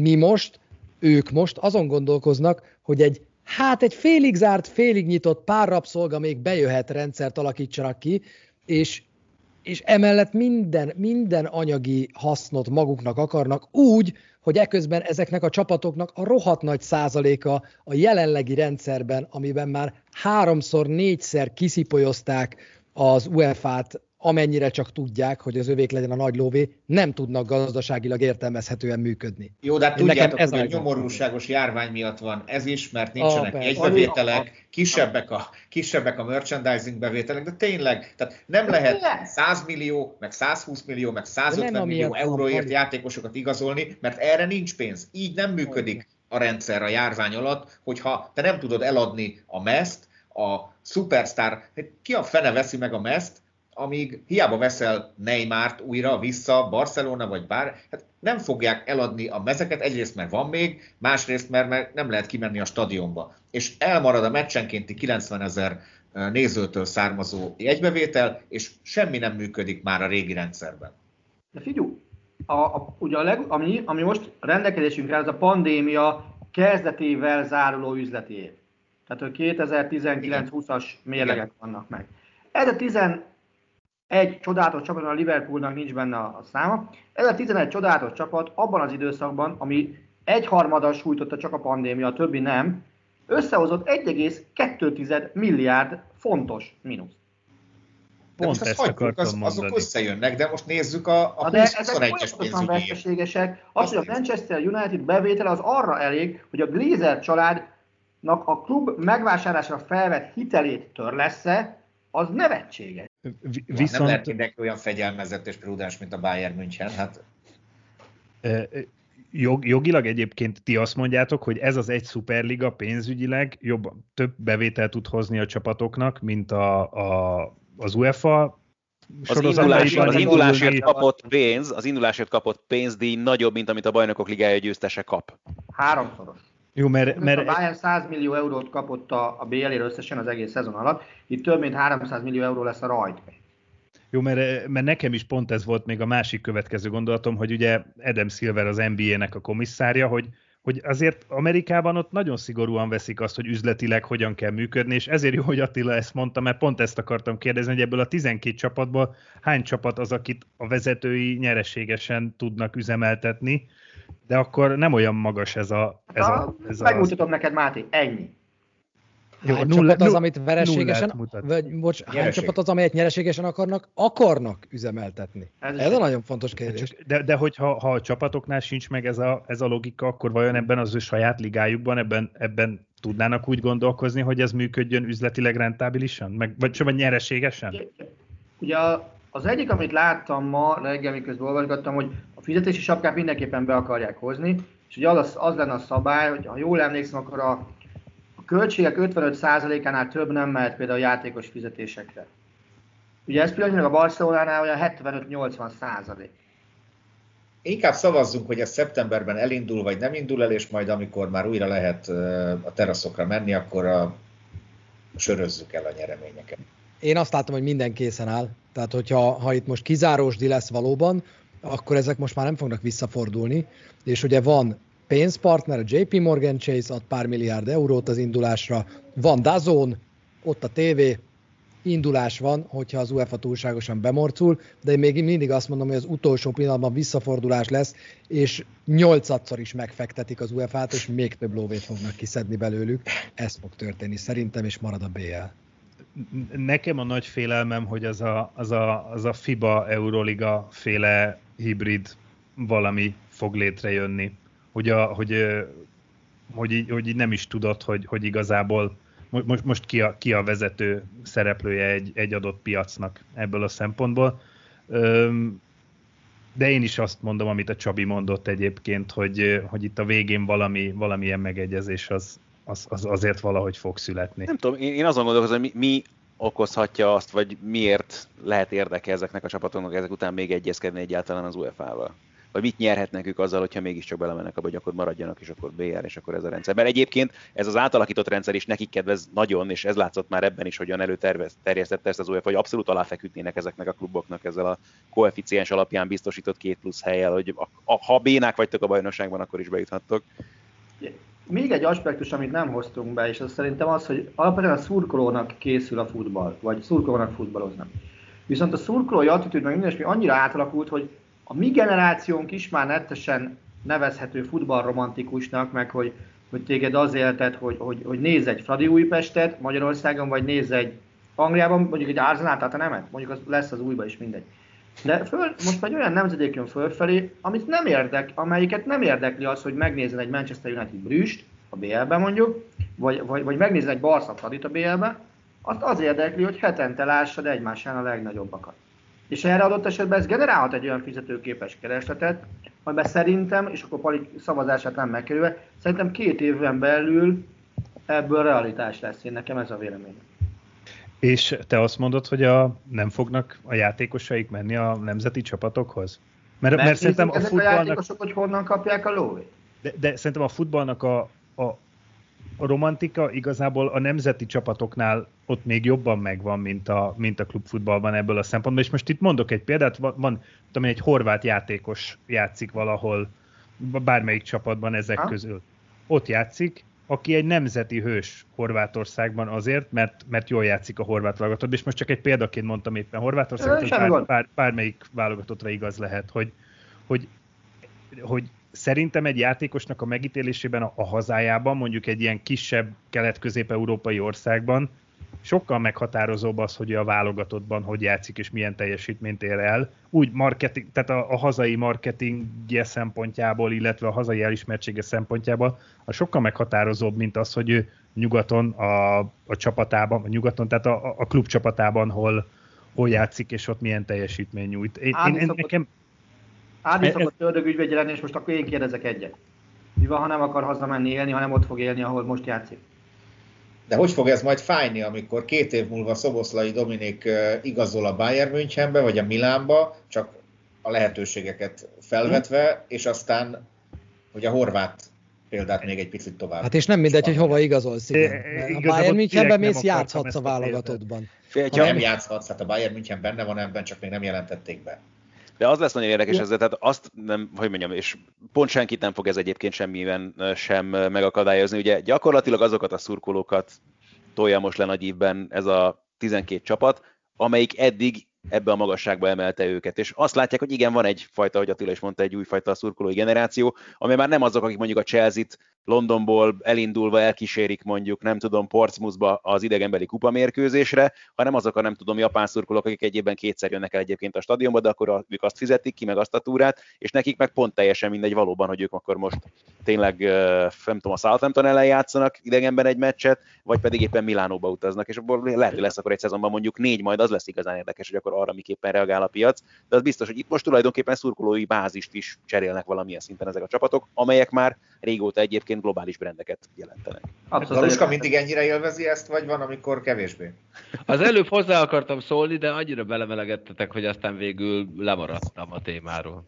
Ők most azon gondolkoznak, hogy egy félig zárt, félig nyitott pár rabszolga még bejöhet rendszert alakítsanak ki, és emellett minden anyagi hasznot maguknak akarnak úgy, hogy eközben ezeknek a csapatoknak a rohadt nagy százaléka a jelenlegi rendszerben, amiben már 3-4-szer kiszipolyozták az UEFA-t, amennyire csak tudják, hogy az övék legyen a nagy lóvé, nem tudnak gazdaságilag értelmezhetően működni. Jó, de hát tudjátok, hogy a nyomorúságos járvány miatt van ez is, mert nincsenek jegybevételek, kisebbek a merchandising bevételek, de tényleg, tehát nem lehet 100 millió, meg 120 millió, meg 150 millió euróért játékosokat igazolni, mert erre nincs pénz. Így nem működik a rendszer a járvány alatt, hogyha te nem tudod eladni a mezt, a szupersztár, ki a fene veszi meg a mezt, amíg hiába veszel Neymart újra vissza, Barcelona vagy bár, hát nem fogják eladni a mezeket, egyrészt mert van még, másrészt mert nem lehet kimenni a stadionba. És elmarad a meccsenkénti 90 000 nézőtől származó jegybevétel, és semmi nem működik már a régi rendszerben. De figyelj, ugye ami most rendelkezésünkre, ez a pandémia kezdetével záruló üzleti év. Tehát, hogy 2019-20-as mérlegek vannak meg. Ez a 11 csodálatos csapat, a Liverpoolnak nincs benne a száma. Ez a 11 csodálatos csapat abban az időszakban, ami egyharmaddal sújtotta csak a pandémia, a többi nem, összehozott 1,2 milliárd fontos mínusz. De most ezt hagyjuk, azok összejönnek, de most nézzük a 20-21-es pénzügyi veszteségesek. Az, hogy a Manchester United bevétele az arra elég, hogy a Glazer családnak a klub megvásárlásra felvett hitelét törlessze, az nevetséges. Viszont... Nem lehet mindenki olyan fegyelmezett és prudens, mint a Bayern München. Hát... Jogilag egyébként ti azt mondjátok, hogy ez az egy szuperliga pénzügyileg több bevételt tud hozni a csapatoknak, mint az UEFA. Az indulásért kapott pénzdíj nagyobb, mint amit a Bajnokok Ligája győztese kap. 3-szoros. Jó, mert a Bayern 100 millió eurót kapott a BL-ért összesen az egész szezon alatt, itt több mint 300 millió euró lesz a rajt. Jó, mert nekem is pont ez volt még a másik következő gondolatom, hogy ugye Adam Silver az NBA-nek a komisszárja, hogy azért Amerikában ott nagyon szigorúan veszik azt, hogy üzletileg hogyan kell működni, és ezért jó, hogy Attila ezt mondta, mert pont ezt akartam kérdezni, hogy ebből a 12 csapatból hány csapat az, akit a vezetői nyereségesen tudnak üzemeltetni, de akkor nem olyan magas ez a... Megmutatom neked, Máté, ennyi. Hány csapat az, amit vereségesen, hány csapat az, amelyet nyereségesen akarnak üzemeltetni? Ez a nagyon fontos kérdés. De hogyha a csapatoknál sincs meg ez a logika, akkor vajon ebben az ő saját ligájukban, ebben tudnának úgy gondolkozni, hogy ez működjön üzletileg rentábilisan? Vagy nyereségesen? Ugye az egyik, amit láttam ma reggel, miközben olvasgattam, hogy a fizetési sapkát mindenképpen be akarják hozni, és ugye az lenne a szabály, hogy ha jól emlékszem, akkor a a költségek 55%-ánál több nem mehet például a játékos fizetésekre. Ugye ez pillanatnyilag a Barcelonánál olyan 75-80%. Inkább szavazzunk, hogy ez szeptemberben elindul, vagy nem indul el, és majd amikor már újra lehet a teraszokra menni, akkor sörözzük el a nyereményeket. Én azt látom, hogy minden készen áll. Tehát, hogyha itt most kizárósdi lesz valóban, akkor ezek most már nem fognak visszafordulni. És ugye van pénzpartner, a JP Morgan Chase ad pár milliárd eurót az indulásra, van DAZN, ott a tévé, indulás van, hogyha az UEFA túlságosan bemorcul, de én még mindig azt mondom, hogy az utolsó pillanatban visszafordulás lesz, és 8-szor is megfektetik az UEFA-t, és még több lóvét fognak kiszedni belőlük. Ez fog történni szerintem, és marad a BL. Nekem a nagy félelmem, hogy az a FIBA Euroliga féle hibrid valami fog létrejönni. Hogy így nem is tudod, hogy igazából most ki a vezető szereplője egy adott piacnak ebből a szempontból. De én is azt mondom, amit a Csabi mondott egyébként, hogy itt a végén valamilyen megegyezés az azért valahogy fog születni. Nem tudom, én azon gondolkozom, hogy mi okozhatja azt, vagy miért lehet érdeke ezeknek a csapatoknak ezek után még egyezkedni egyáltalán az UEFA-val. Vagy mit nyerhetnek ők azzal, hogyha mégiscsak belemennek abba, hogy akkor maradjanak, és akkor BR, és akkor ez a rendszer. Mert egyébként ez az átalakított rendszer is nekik kedvez nagyon, és ez látszott már ebben is, hogyan előterjesztette ezt az UEFA, hogy abszolút aláfeküdnének ezeknek a kluboknak ezzel a koeficiens alapján biztosított 2+ hellyel, hogy ha bénák vagytok a bajnokságban, akkor is bejuthattok. Még egy aspektus, amit nem hoztunk be, és az szerintem az, hogy alapvetően a szurkolónak készül a futball, vagy szurkolónak futballoznak. Viszont a szurkolói attitűd meg minden annyira átalakult, hogy a mi generációnk is már nettesen nevezhető futballromantikusnak, meg hogy téged az élted, hogy nézz egy Fradi Újpestet Magyarországon, vagy nézz egy Angliában, mondjuk egy Arsenal Tottenhamet, mondjuk az lesz az újba is, mindegy. De most egy olyan nemzedék jön fölfelé, amelyiket nem érdekli az, hogy megnézzen egy Manchester United Brüst a BL-ben mondjuk, vagy megnézzen egy Barca Fradit a BL-ben, azt az érdekli, hogy hetente lássad egymásán a legnagyobbakat. És erre adott esetben ez generálhat egy olyan fizetőképes keresletet, amiben szerintem, és akkor Pali szavazását nem megkerülve, szerintem 2 évben belül ebből realitás lesz. Én nekem ez a véleményem. És te azt mondod, hogy nem fognak a játékosaik menni a nemzeti csapatokhoz? Mert szerintem ezek a játékosok, hogy honnan kapják a lóvét? De szerintem a futballnak a romantika igazából a nemzeti csapatoknál ott még jobban megvan, mint a klubfutballban ebből a szempontból. És most itt mondok egy példát, van tudom, egy horvát játékos játszik valahol, bármelyik csapatban ezek közül. Ott játszik, aki egy nemzeti hős Horvátországban azért, mert jól játszik a horvát válogatottban, és most csak egy példaként mondtam éppen Horvátországot, bármelyik válogatottra igaz lehet, hogy szerintem egy játékosnak a megítélésében a hazájában, mondjuk egy ilyen kisebb kelet-közép-európai országban sokkal meghatározóbb az, hogy a válogatottban hogy játszik és milyen teljesítményt ér el. Úgy marketing, tehát a hazai marketingje szempontjából, illetve a hazai elismertsége szempontjából a sokkal meghatározóbb, mint az, hogy ő nyugaton a csapatában, vagy nyugaton, tehát a klub csapatában hol játszik és ott milyen teljesítmény nyújt. Ádi szokott ördögügyvédje lenni, és most akkor én kérdezek egyet. Mi van, ha nem akar hazamenni élni, hanem ott fog élni, ahol most játszik? De hogy fog ez majd fájni, amikor 2 év múlva Szoboszlai Dominik igazol a Bayern Münchenbe, vagy a Milánba, csak a lehetőségeket felvetve, és aztán, hogy a horvát példát még egy picit tovább. Hát és nem mindegy, hogy hova igazolsz. A Bayern Münchenben mész, játszhatsz a válogatottban. Nem játszhatsz, hát a Bayern München benne van ebben, csak még nem jelentették be. De az lesz nagyon érdekes ezzel, tehát azt nem, hogy mondjam, és pont senkit nem fog ez egyébként semmiben sem megakadályozni. Ugye gyakorlatilag azokat a szurkolókat tolja most le nagy ívben ez a 12 csapat, amelyik eddig ebbe a magasságba emelte őket. És azt látják, hogy igen, van egyfajta, hogy Attila is mondta, egy újfajta szurkolói generáció, ami már nem azok, akik mondjuk a Chelsea-t Londonból elindulva elkísérik mondjuk, nem tudom, Portsmouthba az idegenbeli kupamérkőzésre, hanem azok a nem tudom, japán szurkolók, akik egy évben 2-szer jönnek el egyébként a stadionba, de akkor ők azt fizetik ki, meg azt a túrát, és nekik meg pont teljesen mindegy valóban, hogy ők akkor most tényleg, nem tudom, a Southampton ellen játszanak idegenben egy meccset, vagy pedig éppen Milánóba utaznak, és abból lehet, hogy lesz akkor egy szezonban mondjuk 4, majd az lesz igazán érdekes, hogy akkor arra miképpen reagál a piac, de az biztos, hogy itt most tulajdonképpen szurkolói bázist is cserélnek valamilyen szinten ezek a csapatok, amelyek már régóta egyébként globális brandeket jelentenek. Galuska mindig ennyire élvezi ezt, vagy van, amikor kevésbé? Az előbb hozzá akartam szólni, de annyira belemelegettetek, hogy aztán végül lemaradtam a témáról.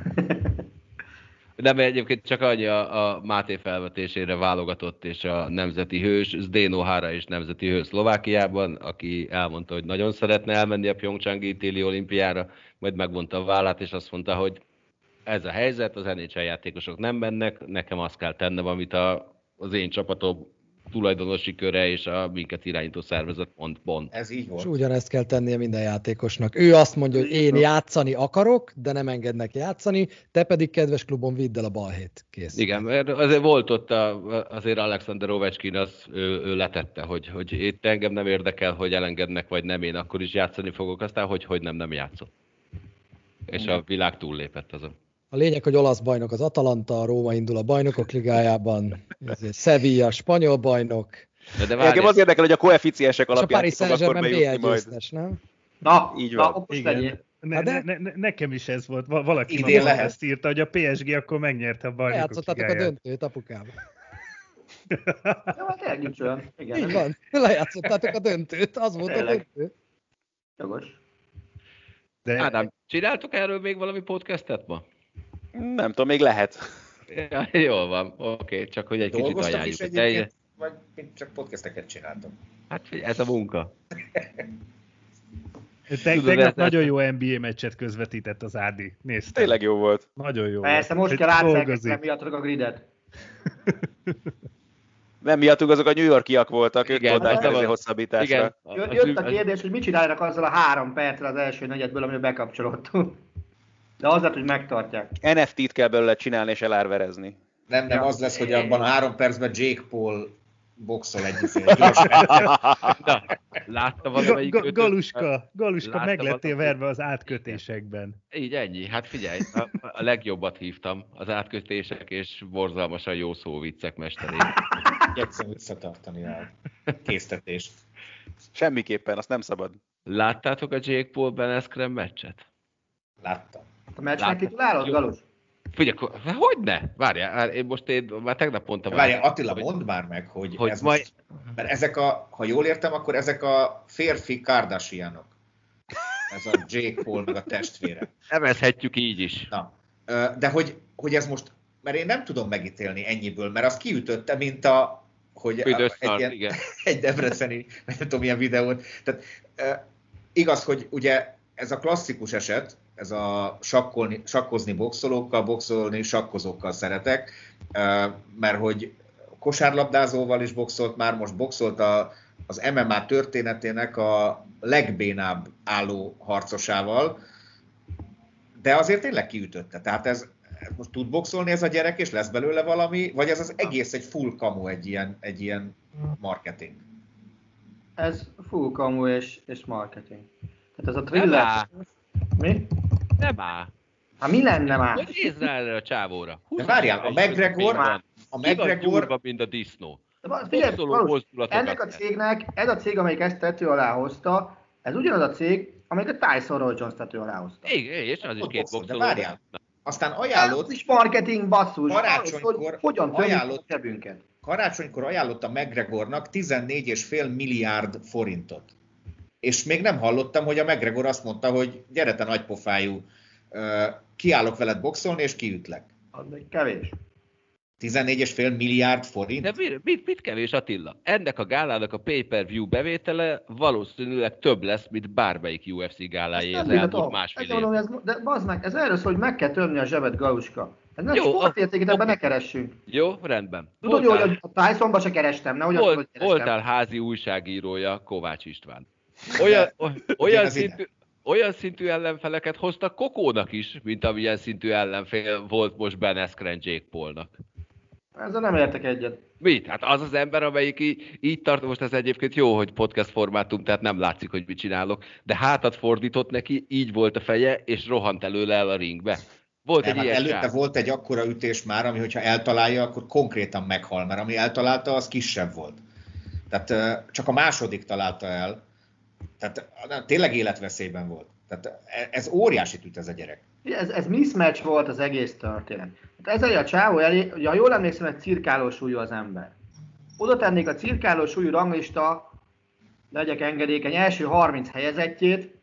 Nem, egyébként csak annyi a Máté felvetésére válogatott és a nemzeti hős, Zdeno Hara és nemzeti hős Szlovákiában, aki elmondta, hogy nagyon szeretne elmenni a Pyeongchangi téli olimpiára, majd megvonta a vállát, és azt mondta, hogy ez a helyzet, az NHL játékosok nem mennek, nekem azt kell tennem, amit az én csapatom tulajdonosi köre és a minket irányító szervezet mond. Ez így volt. És ugyanezt kell tennie minden játékosnak. Ő azt mondja, hogy én játszani akarok, de nem engednek játszani, te pedig, kedves klubon, vidd el a balhét. Kész. Igen, mert azért volt ott azért Alexander Ovechkin, ő letette, hogy itt engem nem érdekel, hogy elengednek vagy nem, én akkor is játszani fogok, aztán hogy nem játszott. És a világ túllépett azon. A lényeg, hogy olasz bajnok az Atalanta, a Róma indul a bajnokok ligájában, Sevilla spanyol bajnok. De engem az érdekel, hogy a koeficiensek alapján a Paris Saint-Germain BL győztes, nem? Na, így van. Nekem is ez volt. Valaki idén ezt írta, hogy a PSG akkor megnyerte a bajnokok lejátszottátok a döntőt, apukám. Ja, hát elgyűjtsön. Igen. Így van, lejátszottátok a döntőt, az volt a döntő. Jogos. Ádám, csináltok erről még valami podcastet ma? Nem tudom, még lehet. Ja, jól van, oké, csak hogy egy kicsit ajánljuk. Is egyébként, vagy csak podcasteket csináltam? Hát ez a munka. Tegnap nagyon jó NBA meccset közvetített az Ádi. Néztem. Tényleg jó volt. Nagyon jó Persze, volt. most kell átszerkezni miattok a gridet. Nem miattuk, azok a New Yorkiak voltak, ők tudták a hosszabbításra. Jött a kérdés, hogy mit csinálnak azzal a 3 perccel az első negyedből, amivel bekapcsolódtunk. De az lett, hogy megtartják. NFT-t kell belőle csinálni és elárverezni. Nem, az lesz, hogy abban a 3 percben Jake Paul boxol egy Látta valamelyik Galuska meg lettél verve az átkötésekben. Így ennyi. Hát figyelj, a legjobbat hívtam. Az átkötések és borzalmasan jó szóviccek mesterét. Igyekszem visszatartani a késztetést. Semmiképpen, azt nem szabad. Láttátok a Jake Paul Ben Askren meccset? Láttam. A meccsnek titulálod, Galus? Figyelj, hogyne? Várjál, én már tegnap mondtam. Várjál, Attila, mondd már meg, hogy ez majd... most, mert ezek ha jól értem, akkor ezek a férfi Kardashianok. Ez a Jake Paul meg a testvére. Nevezhetjük így is. Na, de hogy ez most, mert én nem tudom megítélni ennyiből, mert azt kiütötte, mint egy debreceni, nem tudom, milyen videót. Tehát igaz, hogy ugye ez a klasszikus eset, ez a sakkozni boxolókkal, boxolni sakkozókkal szeretek, mert hogy kosárlabdázóval is boxolt, már most boxolt az MMA történetének a legbénább álló harcosával, de azért tényleg kiütötte. Tehát ez most tud boxolni ez a gyerek, és lesz belőle valami, vagy ez az egész egy full kamu, egy ilyen marketing? Ez full kamu és marketing. Tehát ez a thriller... Mi? Nem áll. Hát mi lenne már? Hogy nézz rá erre a csávóra? De várjál, a McGregor... mint a disznó. Figyelj, ennek a cégnek, ez a cég, amelyik ezt tető alá hozta, ez ugyanaz a cég, amelyik a Tyson Roy Jones tető alá hozta. Igen, és az is két boxoló. De várjál, aztán ajánlott... Ez is marketing, basszus. Karácsonykor hogyan ajánlott a zsebünket? Karácsonykor ajánlott a McGregornak 14,5 milliárd forintot. És még nem hallottam, hogy a McGregor azt mondta, hogy gyere te nagypofájú, kiállok veled boxolni, és kiütlek. Az még kevés. 14,5 milliárd forint? De mit kevés, Attila? Ennek a gálának a pay-per-view bevétele valószínűleg több lesz, mint bármelyik UFC gálájé az elmúlt másfél évben. De bazd meg, ez erről szól, hogy meg kell törni a zsebet, Galuska. Ez nem sportértéket, ebben ne keressünk. Jó, rendben. Tudod, hogy a Tysonba se kerestem, nehogy azt, hogy kerestem. Voltál házi újságírója, Kovács István. Olyan szintű ellenfeleket hoztak Kokónak is, mint amilyen szintű ellenfél volt most Ben Askren Jake Paulnak. Ezzel nem értek egyet. Mit? Hát az az ember, amelyik így tart, most ez egyébként jó, hogy podcast formátum, tehát nem látszik, hogy mit csinálok, de hátat fordított neki, így volt a feje, és rohant előle el a ringbe. Volt egy ilyen előtte volt egy akkora ütés már, ami hogyha eltalálja, akkor konkrétan meghal, mert ami eltalálta, az kisebb volt. Tehát csak a második találta el, tehát tényleg életveszélyben volt. Tehát ez óriási üt ez a gyerek. Ez mismatch volt az egész történet. Hát ezzel a csávó elé, ha jól emlékszem, egy cirkáló súlyú az ember. oda tennék a cirkáló súlyú ranglista, legyek engedékeny, első 30 helyezettjét,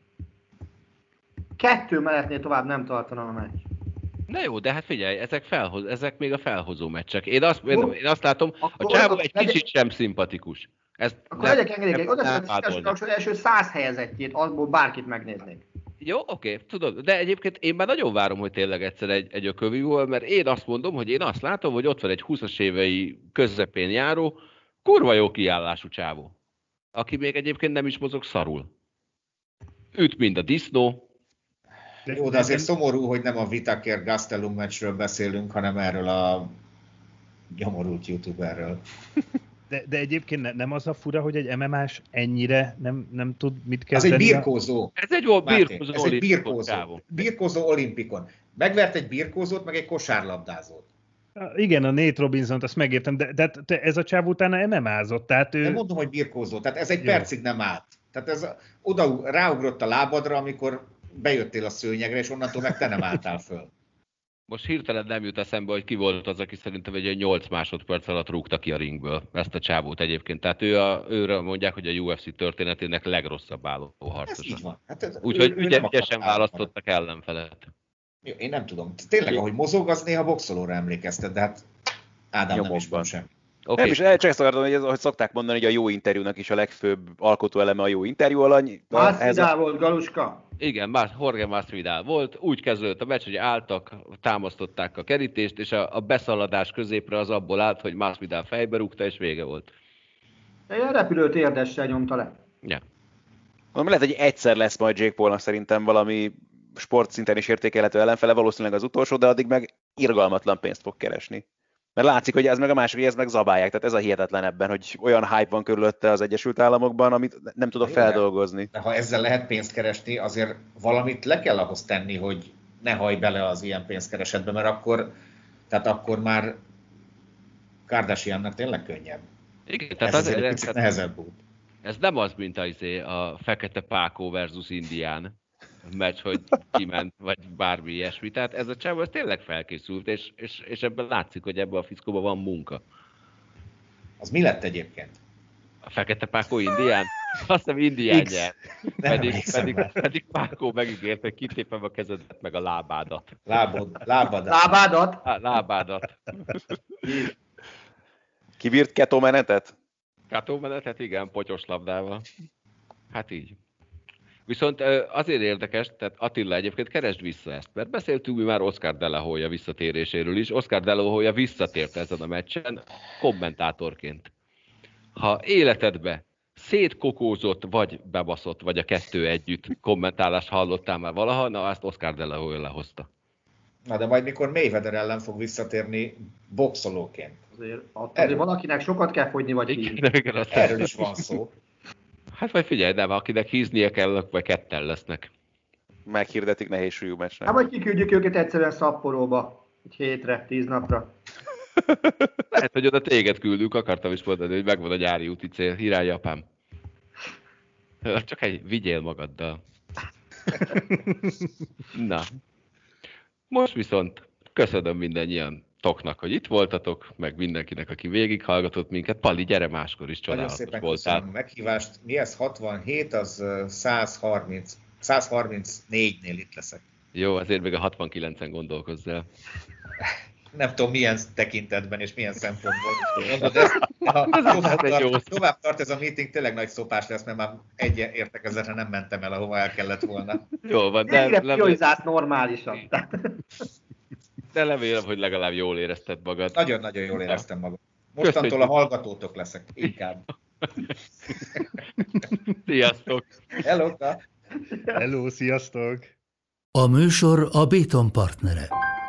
2 menetnél tovább nem tartana a meccs. Na jó, de hát figyelj, ezek még a felhozó meccsek. Én azt látom, a csávó egy kicsit sem szimpatikus. Akkor legyek engedékeny, oda tennék az első 100 helyezettjét, abból bárkit megnéznék. Jó, oké, tudod, de egyébként én már nagyon várom, hogy tényleg egyszer egy ökövi volt, mert én azt mondom, hogy én azt látom, hogy ott van egy 20-as évei közepén járó, kurva jó kiállású csávó, aki még egyébként nem is mozog szarul. Üt, mint a disznó. Jó, de azért szomorú, hogy nem a Whittaker Gastelum meccsről beszélünk, hanem erről a nyomorult youtuberről. De egyébként nem az a fura, hogy egy MMA-s ennyire nem tud mit kezdeni? Ez egy birkózó. Ez egy birkózó olimpikon. Megvert egy birkózót, meg egy kosárlabdázót. Igen, a Nate Robinsont, azt megértem, de ez a csáv utána MMA-zott, tehát ő... Nem mondom, hogy birkózó, tehát ez egy percig nem állt. Tehát ez oda ráugrott a lábadra, amikor bejöttél a szőnyegre, és onnantól meg te nem álltál föl. Most hirtelen nem jut eszembe, hogy ki volt az, aki szerintem egy 8 másodperc alatt rúgta ki a ringből ezt a csávót egyébként. Tehát őre mondják, hogy a UFC történetének legrosszabb álló harcosa. Hát úgyhogy ügyesen választottak ellenfelet. Jó, én nem tudom. Tényleg, ahogy mozog, az néha boxolóra emlékeztet, de hát Ádám nem is van sem. Okay. Nem is, csak ezt akartam, hogy szokták mondani, hogy a jó interjúnak is a legfőbb alkotóeleme a jó interjú alany. Masvidal volt, Galuska. Igen, Jorge Masvidal volt. Úgy kezdődött a meccs, hogy álltak, támasztották a kerítést, és a beszaladás középre az abból állt, hogy Masvidal fejbe rúgta, és vége volt. De ilyen repülőt érdessel nyomta le. Ja. Lehet, hogy egyszer lesz majd Jake Paulnak szerintem valami sportszinten is értékelhető ellenfele, valószínűleg az utolsó, de addig meg irgalmatlan pénzt fog keresni. Mert látszik, hogy ez meg a másik, hogy ez meg zabálják. Tehát ez a hihetetlen ebben, hogy olyan hype van körülötte az Egyesült Államokban, amit nem tudok feldolgozni. De ha ezzel lehet pénzt keresni, azért valamit le kell ahhoz tenni, hogy ne hajj bele az ilyen pénzkeresetbe, mert akkor már Kardashiannak tényleg könnyebb. Igen, tehát ez egy picit nehezebb út. Ez nem az, mint a Fekete Pákó versus Indián meccs, hogy kiment, vagy bármi ilyesmi. Tehát ez a csávó tényleg felkészült, és ebben látszik, hogy ebben a fickóban van munka. Az mi lett egyébként? A Fekete Pákó Indián? Azt hiszem Indián nyert. Pedig Pákó megígért, hogy kitépem a kezedet meg a lábádat. Lábádat? Lábádat. Kibírt ketómenetet? Ketómenetet, igen, potyos labdával. Hát így. Viszont azért érdekes, tehát Attila, egyébként keresd vissza ezt, mert beszéltünk mi már Oscar De La Hoya visszatéréséről is. Oscar De La Hoya visszatért ezen a meccsen kommentátorként. Ha életedbe szétkokózott, vagy bebaszott, vagy a kettő együtt kommentálást hallottál már valaha, na ezt Oscar De La Hoya lehozta. Na de majd mikor Mayweather ellen fog visszatérni boxolóként. Azért van, akinek sokat kell fogyni, vagy hízni. Erről is van szó. Hát vagy figyelj, nem, akinek híznie kell, vagy ketten lesznek. Meghirdetik nehéz súlyú meccsnek. Hát vagy kiküldjük őket egyszerűen Szapporóba, egy hétre, 10 napra. Lehet, hogy oda téged küldünk, akartam is mondani, hogy megvan a nyári úti cél. Irány apám. Csak vigyél magaddal. Na. Most viszont köszönöm mindannyian toknak, hogy itt voltatok, meg mindenkinek, aki végighallgatott minket. Pali, gyere máskor is, csodálatos voltál. Nagyon szépen köszönöm a meghívást. Mi ez 67, az 134-nél itt leszek. Jó, azért még a 69-en gondolkozzál. Nem tudom milyen tekintetben és milyen szempontból. De tovább tart ez a meeting, tényleg nagy szopás lesz, mert már egy értekezetre nem mentem el, ahova el kellett volna. Jó van, de priorizált normálisan. De remélem, hogy legalább jól érezted magad. Nagyon-nagyon jól éreztem magam. Mostantól a hallgatótok leszek, inkább. Sziasztok! Hello, sziasztok! A műsor a Béton partnere.